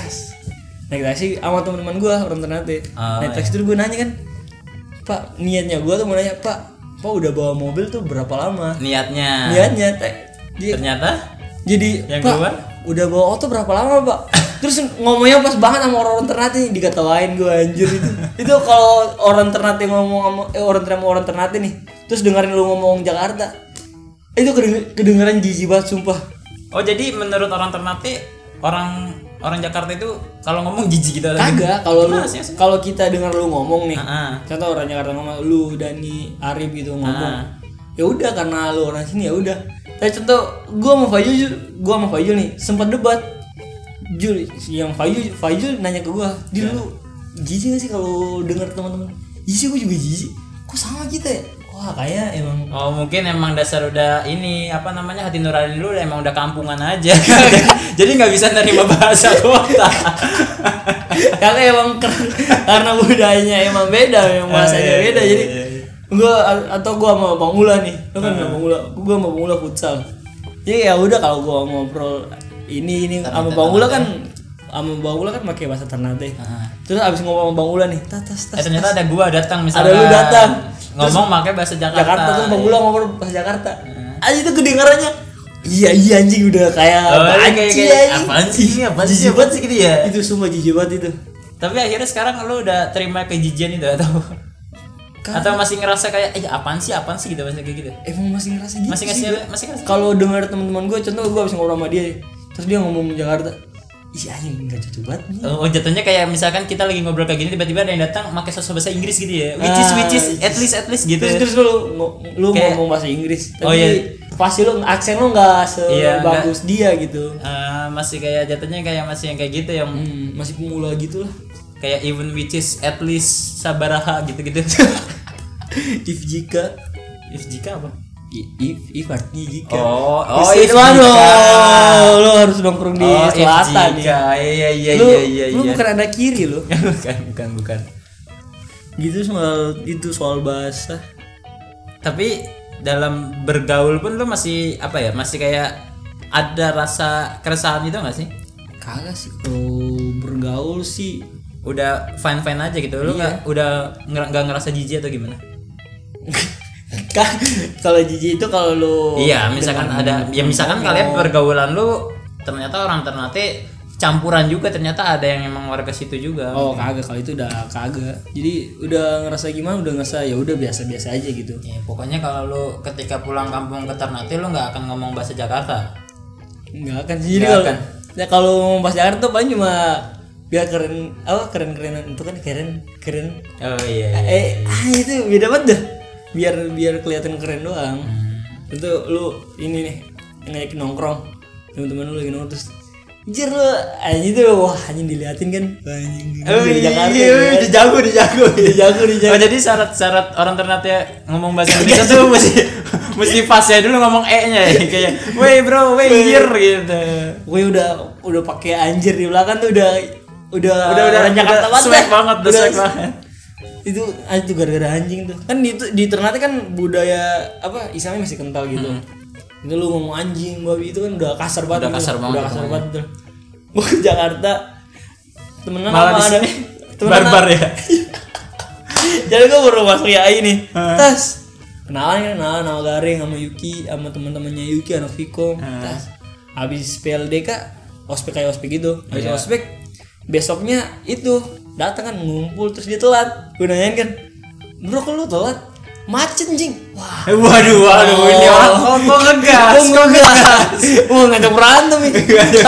sama teman-teman gua orang Ternate. Naik taksi terus gua nanya kan, Pak, niatnya gua tuh mau nanya, Pak udah bawa mobil tuh berapa lama? Niatnya. Ternyata jadi yang Pak, keluar udah bawa auto berapa lama, Pak? Terus ngomongnya pas banget sama orang Ternate, diketawain gue anjir itu. Itu kalau orang Ternate ngomong sama orang Ternate nih, terus dengerin lu ngomong Jakarta, itu kedengeran jijik banget sumpah. Oh, jadi menurut orang Ternate, orang Jakarta itu kalau ngomong jijik gitu. Kagak, kalau kita dengar lu ngomong nih. Contoh orang Jakarta ngomong, lu Dani Arif gitu ngomong. Ya udah karena lu orang sini ya udah. Kayak contoh gua sama Fajul nih sempat debat. Jul, yang Fajul nanya ke gua, "Di lu jijik gak sih kalau dengar teman-teman?" Iya, gua juga jijik. Kok sama kita ya? Wah, kayak emang. Oh, mungkin emang dasar udah ini apa namanya hati nurani lu emang udah kampungan aja. Jadi nggak bisa nerima bahasa kota. Karena budayanya emang beda, emang bahasanya beda. Jadi gua sama Bang Ula nih. Lu kan Bang Ula, gua sama Bang Ula futsal. Jadi ya udah kalau gua ngobrol ini sama Bang Ula kan pakai bahasa Ternate. Terus abis ngomong sama Bang Ula nih, tas. Ternyata ada gua datang misalnya. Ada lu datang. Ngomong pakai bahasa Jakarta. Terus Bang Ula ngomong bahasa Jakarta. Itu kedengarannya. Iya anjing udah kayak apaan sih gitu ya. Itu semua jijik banget itu. Tapi akhirnya sekarang lu udah terima kejijian itu atau masih ngerasa kayak apaan sih gitu masih kayak gitu. Emang masih ngerasa gitu. Masih ngerasa. Kalau dengar teman-teman gue, contoh gue habis ngobrol sama dia, terus dia ngomong Jakarta. Iya anjing enggak cocok banget nih. Oh, jatuhnya kayak misalkan kita lagi ngobrol kayak gini tiba-tiba ada yang datang pakai sosok bahasa Inggris gitu ya. Which is at least gitu. Terus lu kayak, ngomong bahasa Inggris. Tapi pasti lu aksen lu enggak sebagus dia gitu. Masih kayak jatuhnya kayak masih yang kayak gitu yang masih pemula gitu lah. Kayak even which is at least sabaraha gitu-gitu. If jika apa? If artinya jika. Oh itu lo harus nongkrong di selatan ya. Iya. Lu bukan anak kiri lo. bukan. Gitu soal bahasa. Tapi dalam bergaul pun lu masih masih kayak ada rasa keresahan itu enggak sih? Kagak sih kalau bergaul sih udah fine aja gitu. Lu nggak ngerasa jijik atau gimana? Kalau jijik itu kalau lu misalkan misalkan kalian pergaulan lu ternyata orang Ternate campuran juga, ternyata ada yang emang warga situ juga. Oh kagak, kalau itu udah kagak. Jadi udah ngerasa gimana, udah ngerasa ya udah biasa aja gitu. Ya pokoknya kalau lu ketika pulang kampung ke Ternate lu nggak akan ngomong bahasa Jakarta. Nggak akan sih. Jadi kalau ngomong bahasa Jakarta tuh paling cuma biar keren-kerenan itu kan keren. Oh iya. Itu beda banget dah. Biar kelihatan keren doang. Itu lu ini nih ngajakin nongkrong, teman-teman lu lagi nongkrong terus anjir lu anjing tuh, wah anjing diliatin kan anjing dari Jakarta dijago. Oh jadi syarat orang Ternate ngomong bahasa Indonesia tuh mesti pas ya dulu ngomong e-nya ya, kayak wey bro, wey anjir gitu. Gue udah pakai anjir di belakang tuh udah orang Jakarta banget. Swag banget. Itu gara-gara anjing tuh. Kan di Ternate kan budaya apa Islamnya masih kental gitu. Itu lu ngomong anjing, babi itu kan udah kasar banget. Udah kasar banget tuh. Gue ke Jakarta temenan malah sama ada barbar ya. Jadi gue baru masuk YAI nih. Tas kenalan nama Garing sama Yuki sama teman-temannya Yuki anak Viko. Tas habis PLDK ospek kayak ospek gitu. Habis ospek besoknya itu datang kan ngumpul terus dia telat. Gue nanyain kan, bro kok lu telat? Macet anjing. Wah. Waduh ini orang kok ngegas. Ngajak berantem nih.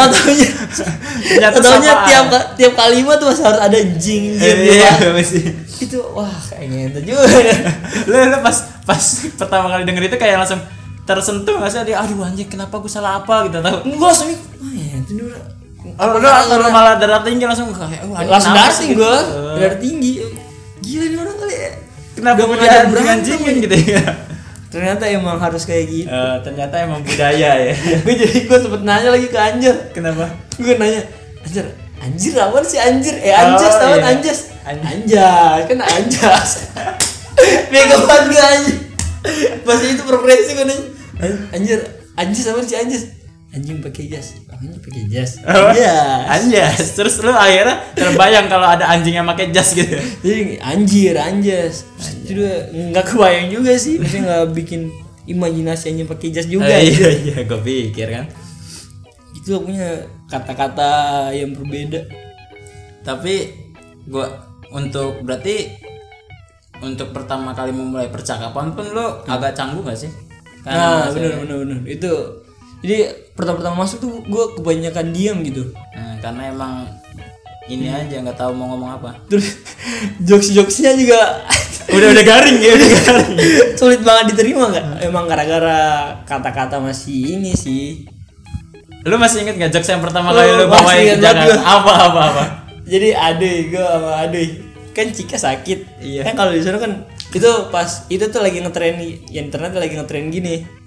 Tatonya tiap kalimat tuh harus ada anjing. Iya mesti. Itu wah kayak gitu juga. Lu pas pertama kali denger itu kayak langsung tersentuh enggak sih? Aduh anjing kenapa gue salah apa gitu tahu. Enggak langsung itu dulu. Kalau malah darah tinggi langsung kayak langsung darah tinggi. Gila nih orang kali ya. Kenapa dia anjingin gitu ya? Ternyata emang harus kayak gitu. Ternyata emang budaya ya. Gue sempet nanya lagi ke Anjar. Kenapa? Gue nanya, Anjir apaan sih anjir? Anjas tahu Anjas. Anjas kan Anjas. Bego banget gue anjing. Pas itu preferensi gue nanya, Anjas apaan sih Anjas? Anjing pakai jas. Anjing pakai jas. Anjas. Terus lu akhirnya terbayang kalau ada anjing yang pakai jas gitu. Jadi anjas. Itu enggak kebayang juga sih. Maksudnya enggak bikin imajinasinya pakai jas juga. Iya, gue pikir kan. Itu punya kata-kata yang berbeda. Tapi gua berarti untuk pertama kali memulai percakapan pun lo agak canggung gak sih? Nah, benar. Itu jadi pertama masuk tuh gue kebanyakan diam gitu. Karena emang ini aja nggak tahu mau ngomong apa. Terus jokes-jokesnya juga udah garing ya, sulit banget diterima nggak? Emang gara-gara kata-kata masih ini sih. Lu masih inget nggak jokes yang pertama kali lu bawain ke Jakarta? Apa? Jadi gue sama Aduy kan Cika sakit. Iya. Kan kalau di sana kan itu pas itu tuh lagi ngetren yang internet lagi ngetren gini.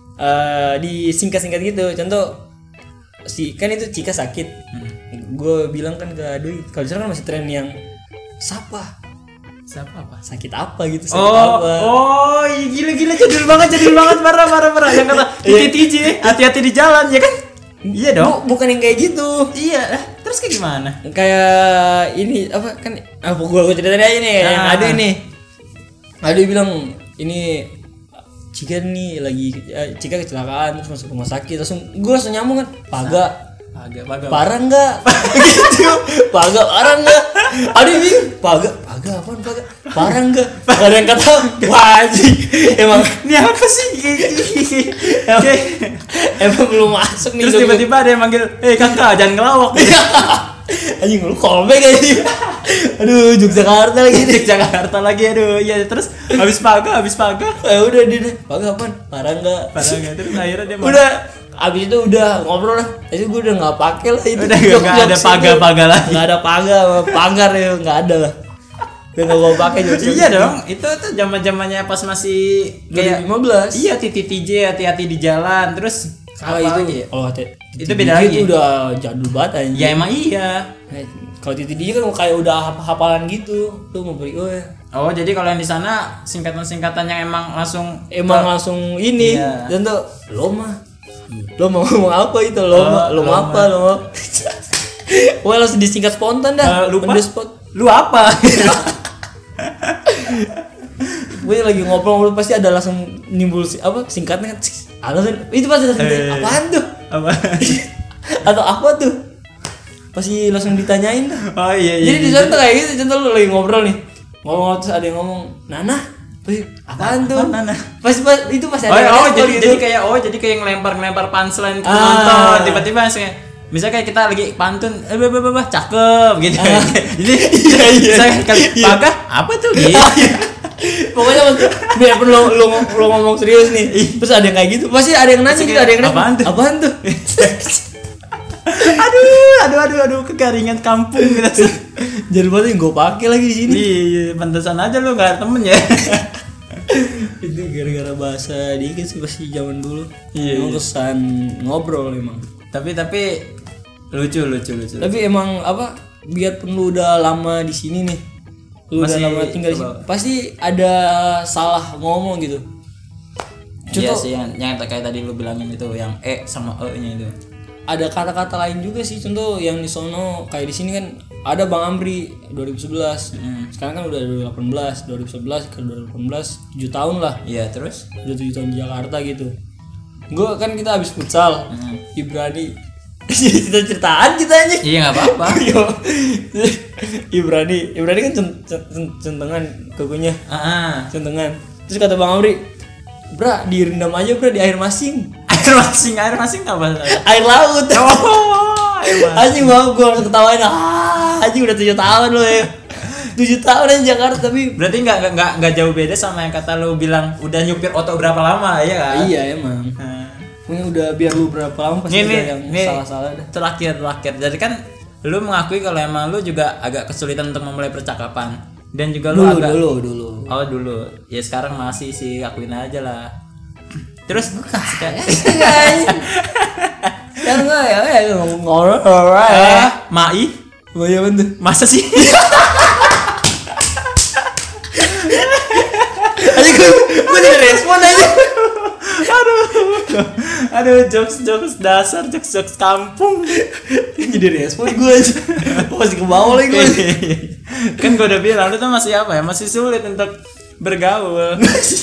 Di singkat-singkat gitu, contoh kan itu Cika sakit. Gue bilang kan ke Aduy, kalau sekarang kan masih tren yang siapa apa sakit apa gitu. Iya gila jadul banget parah yang kata TTJ hati-hati di jalan ya kan. Iya dong. Bukan yang kayak gitu. Iya. Terus kayak gimana? Kayak ini apa kan? Gue ceritain aja nih yang Aduy bilang ini Cika nih Cika kecelakaan terus masuk rumah sakit, gue langsung nyambung kan Paga parah enggak gitu. Paga parah enggak, aduh ini Paga apaan Paga parah enggak, gak ada yang kata wajib. Emang ini apa sih emang belum masuk nih. Terus tiba-tiba ada yang manggil kakak jangan ngelawak. Anjing lu callback aja. Aduh Yogyakarta lagi. Aduh ya terus habis paga udah dia Paga apaan parah enggak terus akhirnya dia udah abis itu udah ngobrol lah. Itu gue udah nggak pakai lah itu. Udah nggak ada paga lagi. Nggak ada pagar ya nggak ada lah. Udah nggak gue pakai juga. Iya dong. Itu tuh zamannya pas masih kayak 2015. Iya TTJ hati-hati di jalan terus. Kalau itu lagi? itu beda lagi. Itu udah jadul banget aja. Ya emang iya. Kalau TTJ kan kayak udah hafalan gitu. Tuh mau beri Oh jadi kalau yang di sana singkatan yang emang langsung ini. Iya. Dan tuh lo mau ngomong apa itu lo apa Wah langsung disingkat spontan dah. Lupa. On the spot. Lu apa? Gue lagi ngobrol pasti ada langsung nimbul singkatnya kan. Itu pasti langsung apaan tuh? Apa? Atau apa tuh? Pasti langsung ditanyain dah. Oh iya. Jadi di sana tuh kayak gitu, contoh lu lagi ngobrol nih. Ngomong terus ada yang ngomong, "Nana." Pasti apaan tuh? Nana. Pasti itu pasti ada. Jadi kayak ngelempar punchline ke penonton. Tiba-tiba langsung misalnya kayak kita lagi pantun, cakep gitu. Jadi saya kali Paga apa tuh gitu. Pokoknya biar lu ngomong serius nih. Terus ada yang kayak gitu, pasti ada yang nanya gitu, ada yang nanya. Apaan tuh? aduh kekaringan kampung gitu. Jadi berarti gue pakai lagi di sini. Iya, pantesan aja lu enggak ada temen ya. Itu gara-gara bahasa dikit sih pasti zaman dulu. Iya. Emang kesan ngobrol emang. Tapi lucu. Tapi emang biarpun lu udah lama di sini nih. Lu udah lama tinggal di sini. Pasti ada salah ngomong gitu. Iya sih yang kayak tadi lu bilangin itu yang sama E-nya itu. Ada kata-kata lain juga sih, contoh yang di sono kayak di sini kan ada Bang Amri 2011. Sekarang kan udah 2011 ke 2018 7 tahun lah. Iya, terus udah 7 tahun di Jakarta gitu. Gue kan kita habis futsal. Ibrani cerita-ceritaan kita aja. Iya enggak apa-apa. Ibrani kan centengan kukunya. Centengan. Terus kata Bang Amri, "Bra, direndam aja bra di air masing." Air masing apa? Air laut. Anjing mau gue langsung ketawain. Anjing udah 7 tahun lo ya. 7 tahun aja Jakarta tapi berarti enggak jauh beda sama yang kata lu bilang udah nyupir oto berapa lama ya kan? Iya emang. Pokoknya udah biar lu berapa lama pasti ada yang salah-salah dah. Terakhir. Jadi kan lu mengakui kalau emang lu juga agak kesulitan untuk memulai percakapan dan juga lu dulu. Oh dulu. Ya sekarang masih sih, akuin aja lah. Terus sekarang enggak ya ngomong Mai ya bener. Masa sih? Aja gue tidak respon aja. Aduh jokes dasar, jokes kampung. Jadi respon gue aja. Masih ke bawah lagi gue. Kan gue udah bilang lu tuh masih masih sulit untuk bergaul.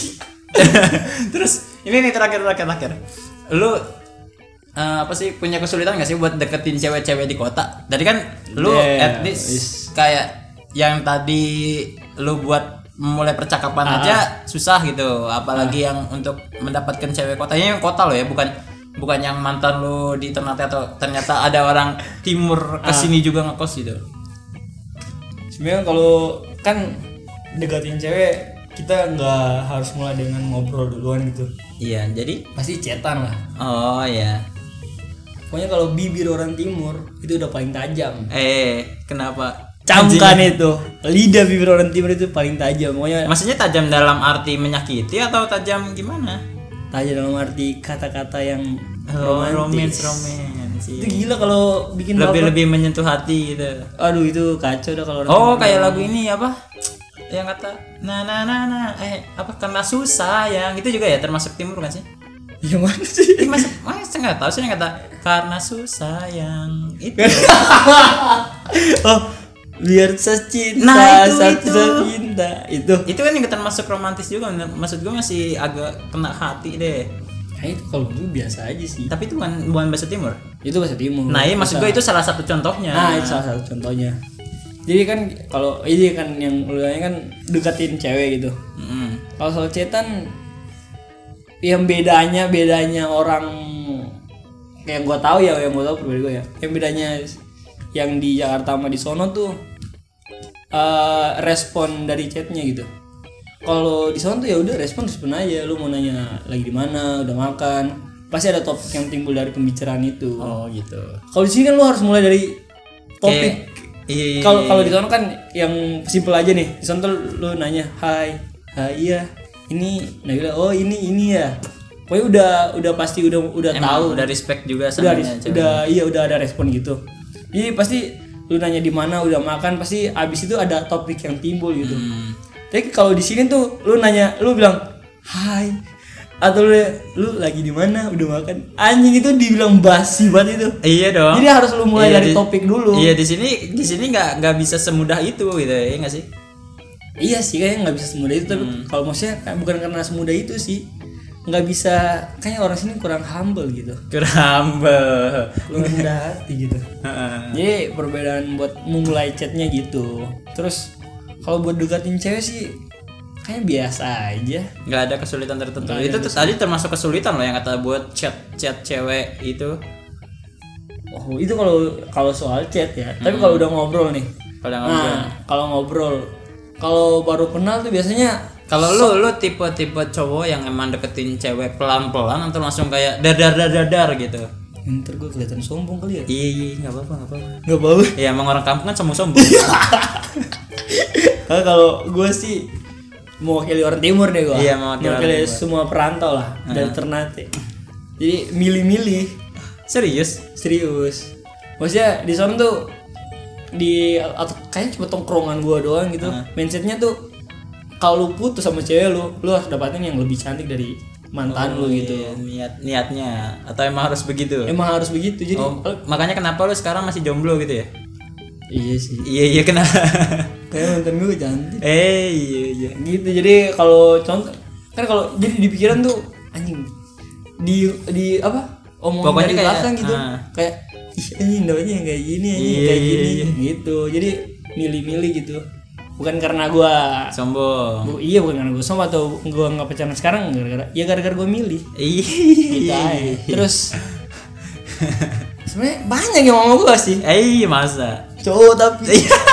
Terus ini nih terakhir. Lu punya kesulitan gak sih buat deketin cewek-cewek di kota? Tadi kan lu at least kayak yang tadi lu buat memulai percakapan aja susah gitu, apalagi yang untuk mendapatkan cewek kotanya, yang kota lo ya, bukan yang mantan lu di Ternate atau ternyata ada orang timur kesini juga ngekos gitu. Sebenarnya kalau kan deketin cewek kita nggak harus mulai dengan ngobrol duluan gitu. Iya, jadi pasti chatan lah. Oh iya. Pokoknya kalau bibir orang timur itu udah paling tajam. Kenapa? Camkan itu. Lidah bibir orang timur itu paling tajam. Pokoknya maksudnya tajam dalam arti menyakiti atau tajam gimana? Tajam dalam arti kata-kata yang romantis. Itu gila kalau bikin lebih menyentuh hati gitu. Aduh itu kacau dah kalau orang kayak lagu ini apa? Yang kata karena susah yang itu juga ya termasuk timur kan sih? Yang mana sih? Masa nggak tahu sih yang kata karena susah yang itu. Biar secinta satu cinta itu kan yang termasuk romantis juga. Maksud gue masih agak kena hati deh. Nah itu kalau itu biasa aja sih. Tapi itu bukan bahasa timur. Itu bahasa timur. Nah iya maksud gue itu salah satu contohnya. Nah itu salah satu contohnya. Jadi kan kalau ini kan yang ulangnya kan deketin cewek gitu. Kalau soal chatan yang bedanya orang kayak gua tahu pribadi gua ya. Yang bedanya yang di Jakarta sama di sono tuh respon dari chatnya gitu. Kalau di sono tuh ya udah respon aja. Lu mau nanya lagi di mana, udah makan, pasti ada topik yang timbul dari pembicaraan itu. Oh gitu. Kalau di sini kan lu harus mulai dari topik. Kalau di sana kan yang simpel aja nih. Di sana lu nanya, "Hai, iya. Ini Nabila. Oh, ini ya." Pokoknya udah pasti udah tahu, udah respect juga sama udah ada respon gitu. Jadi pasti lu nanya di mana, udah makan, pasti abis itu ada topik yang timbul gitu. Tapi kalau di sini tuh lu bilang, "Hai, atau lu lagi di mana udah makan, anjing itu dibilang basi banget itu. Iya dong. Jadi harus lu mulai dari topik dulu. Iya, di sini nggak bisa semudah itu gitu ya, nggak sih? Iya sih, kayaknya nggak bisa semudah itu. Tapi kalau maksudnya bukan karena semudah itu sih, nggak bisa, kayak orang sini kurang humble gitu. Kurang rendah hati gitu. Jadi perbedaan buat memulai chatnya gitu. Terus kalau buat deketin cewek sih kayak biasa aja. Nggak ada kesulitan tertentu. Itu tadi termasuk kesulitan loh yang kata buat chat cewek itu. Oh itu kalau soal chat ya. Tapi kalau udah ngobrol nih. Kalau baru kenal tuh biasanya. Kalau lu tipe cowok yang emang deketin cewek pelan-pelan atau langsung kayak dadar gitu. Ntar gue kelihatan sombong kali ya. Iya, nggak apa-apa. Ya emang orang kampung kan sombong. Kalau gue sih mewakili orang timur deh gue. Iya, mewakili semua perantau lah dari Ternate. Jadi milih-milih. Serius. Maksudnya di sana tuh atau kayaknya cuma tongkrongan gue doang gitu. Mindsetnya tuh kalau lu putus sama cewek lu harus dapatin yang lebih cantik dari mantan lu gitu. Niatnya atau emang harus begitu? Emang harus begitu. Jadi makanya kenapa lu sekarang masih jomblo gitu ya? Iya sih. Iya kenapa? Kayak mantan gue cantik. Iya. Gitu. Jadi kalau contoh kan kalau jadi di pikiran tuh anjing di apa? Omong dari belakang gitu. Kayak anjing dawanya yang kayak gini kayak gini gitu. Jadi milih-milih gitu. Bukan karena gue sombong. Iya, bukan karena gue sombong atau gue nggak pacaran sekarang, gara-gara gue milih. Gitu aja. Terus sebenarnya banyak yang mau gue sih. Masa? Cowok tapi.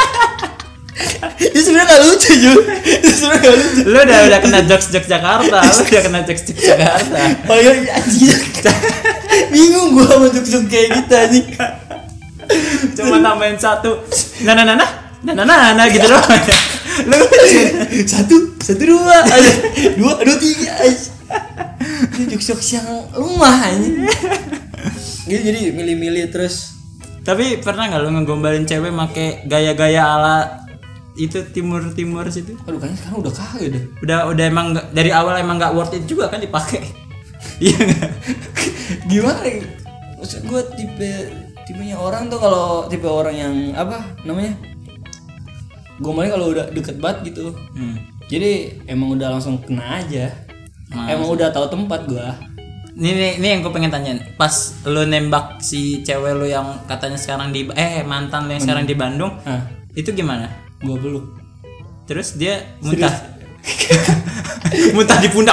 Itu sebenarnya nggak lucu juga. Lu udah kena jokes Jakarta. Paling anjing. Bingung gue sama jokes kayak gitu anjing. Cuma tambahin satu. Nah gitu doang. Lu satu dua aja. Dua tiga aja. Ini jokes yang lemah anjing. Gitu jadi milih-milih terus. Tapi pernah nggak lu ngegombalin cewek make gaya-gaya ala itu timur situ? Aduh kan sekarang udah kagak deh. Udah emang dari awal emang nggak worth it juga kan dipakai. Iya nggak? Gimana? Maksud gue tipenya orang tuh kalau tipe orang yang apa namanya? Gombalnya kalau udah deket banget gitu. Jadi emang udah langsung kena aja. Emang udah tahu tempat gua. Ini yang gue pengen tanyain. Pas lu nembak si cewek lu yang katanya sekarang di mantan lu yang sekarang di Bandung, itu gimana? Gua peluk. Terus dia muntah. Muntah di pundak.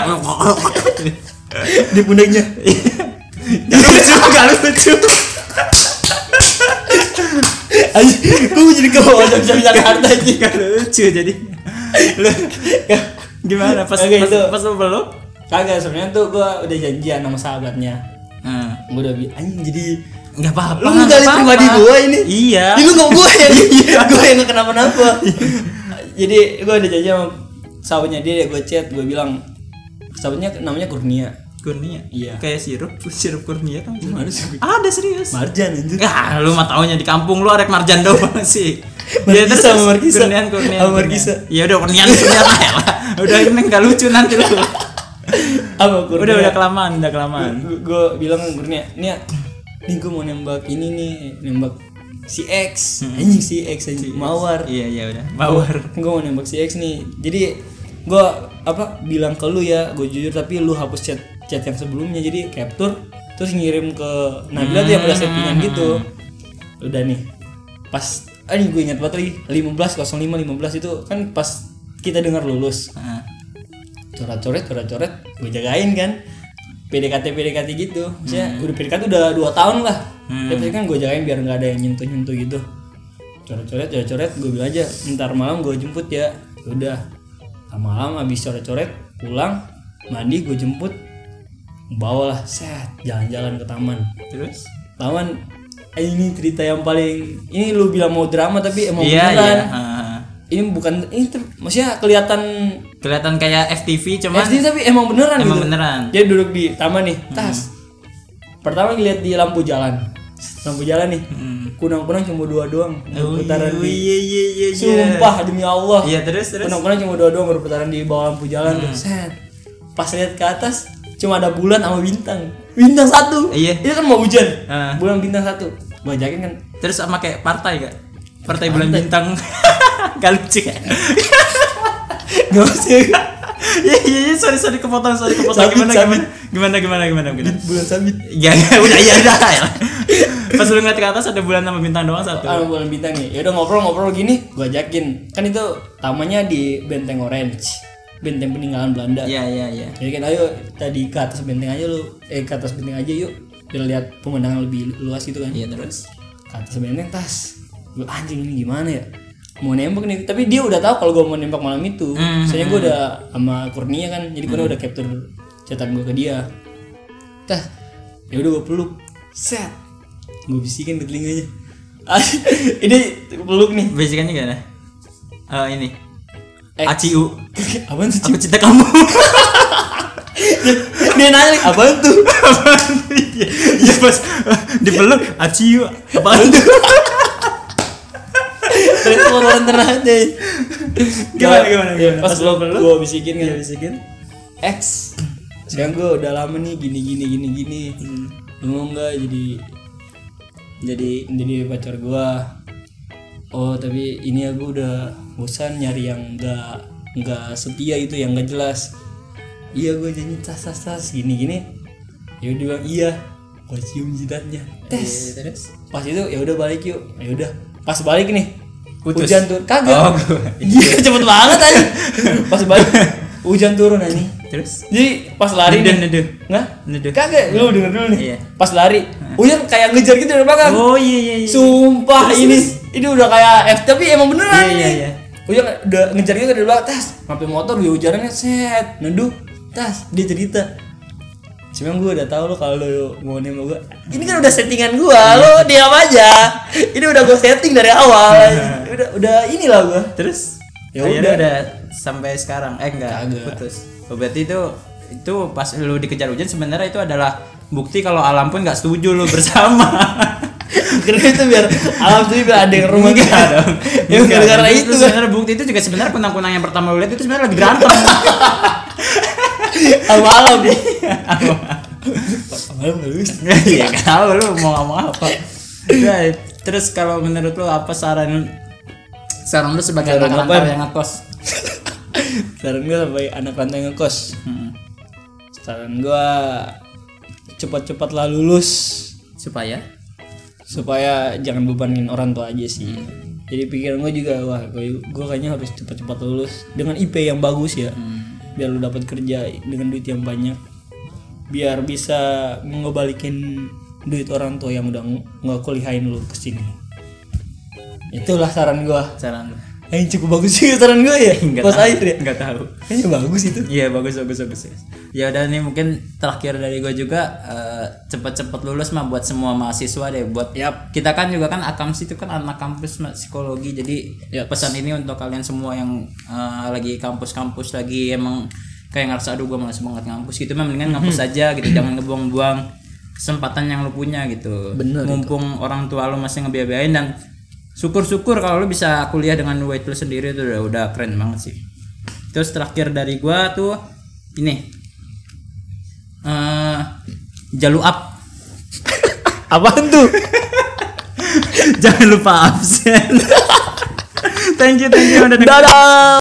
Di pundaknya. Gak lucu. Gue jadi kebawa jam Jakarta aja. Gak lucu jadi. Lu gimana pas lu peluk? Kagak, sebenarnya tuh gue udah janjian sama sahabatnya. Gue udah bilang anjing jadi nggak apa-apa. Lu gali pribadi gue ini. Iya. Ini kok gue yang nggak kenapa-napa. Jadi gue udah janji sama sahabatnya dia, gue chat, gue bilang sahabatnya namanya Kurnia. Iya. Kayak sirup Kurnia kan? Gimana sih? Ada serius. Marjan anjir. Lu mah taunya di kampung lu arek Marjan doang sih. Dia terus sama Markisa. Kurnia. Sama Markisa. Ya udah Kurnia lah. Udah ini enggak lucu nanti lu. Apa Kurnia? Udah kelamaan. Gue bilang Kurnia, nih gue mau nembak ini nih, nembak si X. Anjing si X anjing. Mawar. Iya udah. Mawar. Gue mau nembak si X nih. Jadi gue bilang ke lu ya, gue jujur tapi lu hapus chat yang sebelumnya, jadi capture terus ngirim ke Nabila tuh yang udah settingan gitu. Udah nih pas gue ingat banget lagi 15.05.15 itu kan pas kita dengar lulus. Coret-coret gue jagain kan, PDKT gitu. Maksudnya udah PDKT udah 2 tahun lah. Tapi kan gue jagain biar nggak ada yang nyentuh gitu. Coret gue bilang aja ntar malam gue jemput ya. Udah malam abis coret-coret pulang mandi gue jemput, bawalah jalan-jalan ke taman. Terus taman ini cerita yang paling ini lu bilang mau drama tapi emang beneran. Ini bukan ini maksudnya kelihatan kayak FTV cuman FTV tapi emang beneran gitu. Beneran. Dia duduk di taman nih, tas. Pertama ngeliat di lampu jalan nih. Kunang-kunang cuma 2 doang berputaran di. Iya. Sumpah demi Allah. Iya, terus. Kunang-kunang cuma 2 doang berputaran di bawah lampu jalan tuh. Pas lihat ke atas cuma ada bulan sama bintang 1. Iya. Itu kan mau hujan. Ah. Bulan bintang 1. Gua ajakin kan. Terus sama kayak partai gak? Partai bulan bintang. Gak lucu ya? Gak usah. Iya, sorry kepotong Sabit. Gimana? Bulan sabit. Ya, udah. Pas lu ngeliat ke atas ada bulan sama bintang doang satu. Bulan bintang nih. Ya udah ngobrol gini, gua ajakin. Kan itu tamanya di Benteng Orange. Benteng peninggalan Belanda. Iya. Jadi kan ayo tadi ke atas benteng aja lu. Ke atas benteng aja yuk. Biar lihat pemandangan lebih luas gitu kan. Iya, terus Ke atas benteng tas. Gua anjing ini gimana ya? Mau nembak nih, tapi dia udah tahu kalau gue mau nembak malam itu. Soalnya gue udah sama Kurnia kan, jadi Kurnia udah capture chatan gue ke dia. Tah, ya udah gue peluk, set, gue bisikin ke telinganya. Ini peluk nih. basicannya gimana? Ini ACU. Apaan sih? Aku cinta kamu. Dia nanya apaan tuh? Ya pas dipeluk ACU. Apaan tuh? Terus keluaran terakhir deh. Gimana? Pas gue bisikin kan. Bisikin. X. Sekarang gue udah lama nih gini. Lu mau nggak jadi pacar gue? Oh tapi ini ya gue udah bosan nyari yang nggak setia itu, yang nggak jelas. Iya gue janji tas gini. Ya udah bilang iya. Gue cium jidatnya. Tes. Terus Pas itu ya udah balik yuk. Ya udah. Pas balik nih. putus. Hujan turun. Kagak. Oh, Iya cepet banget aja. Pas balik hujan turun aja. Terus Jadi pas lari Neduh. Nggak? Kagak. Lu denger dulu nih. Iya. Pas lari hujan kayak ngejar gitu dari belakang. Oh iya. Sumpah ini udah kayak tapi emang beneran Iya. ini. Hujan udah ngejar gitu dari belakang. Tas, ngapain motor dia hujannya set. Neduh. Tas, dia cerita. Cuma gue udah tahu lo kalau lo mau nembak gue. Ini kan udah settingan gue, lo diam aja. Ini udah gue setting dari awal. Udah inilah gue. Terus Ya akhirnya udah. sampai sekarang. Enggak, Kagak. putus. Oh, berarti itu pas lu dikejar hujan sebenarnya itu adalah bukti kalau alam pun nggak setuju lu bersama. Karena itu biar alam tuh biar ada yang rumah Enggak dong. Ya gara-gara itu kan. Sebenarnya bukti itu juga sebenarnya kunang-kunang yang pertama lu lihat itu sebenarnya lagi berantem. Alam nih. Alam bagus. Iya, tahu lu mau ngomong apa. Nah, terus kalau menurut lu apa saran lu sebagai Saran anak apa? rantau yang ngekos? Saran gue sebagai anak rantau yang ngekos. Saran gue cepat-cepat lah lulus supaya jangan bebanin orang tua aja sih. Jadi pikiran gue juga wah gue kayaknya harus cepat-cepat lulus dengan IP yang bagus ya. Biar lu dapat kerja dengan duit yang banyak. Biar bisa ngebalikin duit orang tua yang udah nggak kuliahin lu kesini. Itulah saran gue. Saran lu. Yang cukup bagus sih saran gue ya. Pas akhir ya. Enggak tahu. Kayaknya bagus itu. Iya bagus. Ya udah nih mungkin terakhir dari gue juga cepet-cepet lulus mah buat semua mahasiswa deh. Buat kita kan juga kan Akamsi itu kan anak kampus psikologi. Jadi pesan ini untuk kalian semua yang lagi kampus-kampus lagi emang kayak ngerasa aduh gue malas banget ngampus gitu, mendingan ngampus aja gitu. Jangan ngebuang-buang kesempatan yang lu punya gitu. Bener, mumpung orang tua lu masih ngebiayain, dan syukur-syukur kalau lu bisa kuliah dengan duit lu sendiri itu udah keren banget sih. Terus terakhir dari gua tuh ini jalur up. Apaan tuh? Jangan lupa absen. Thank you udah dengerin. Dadah.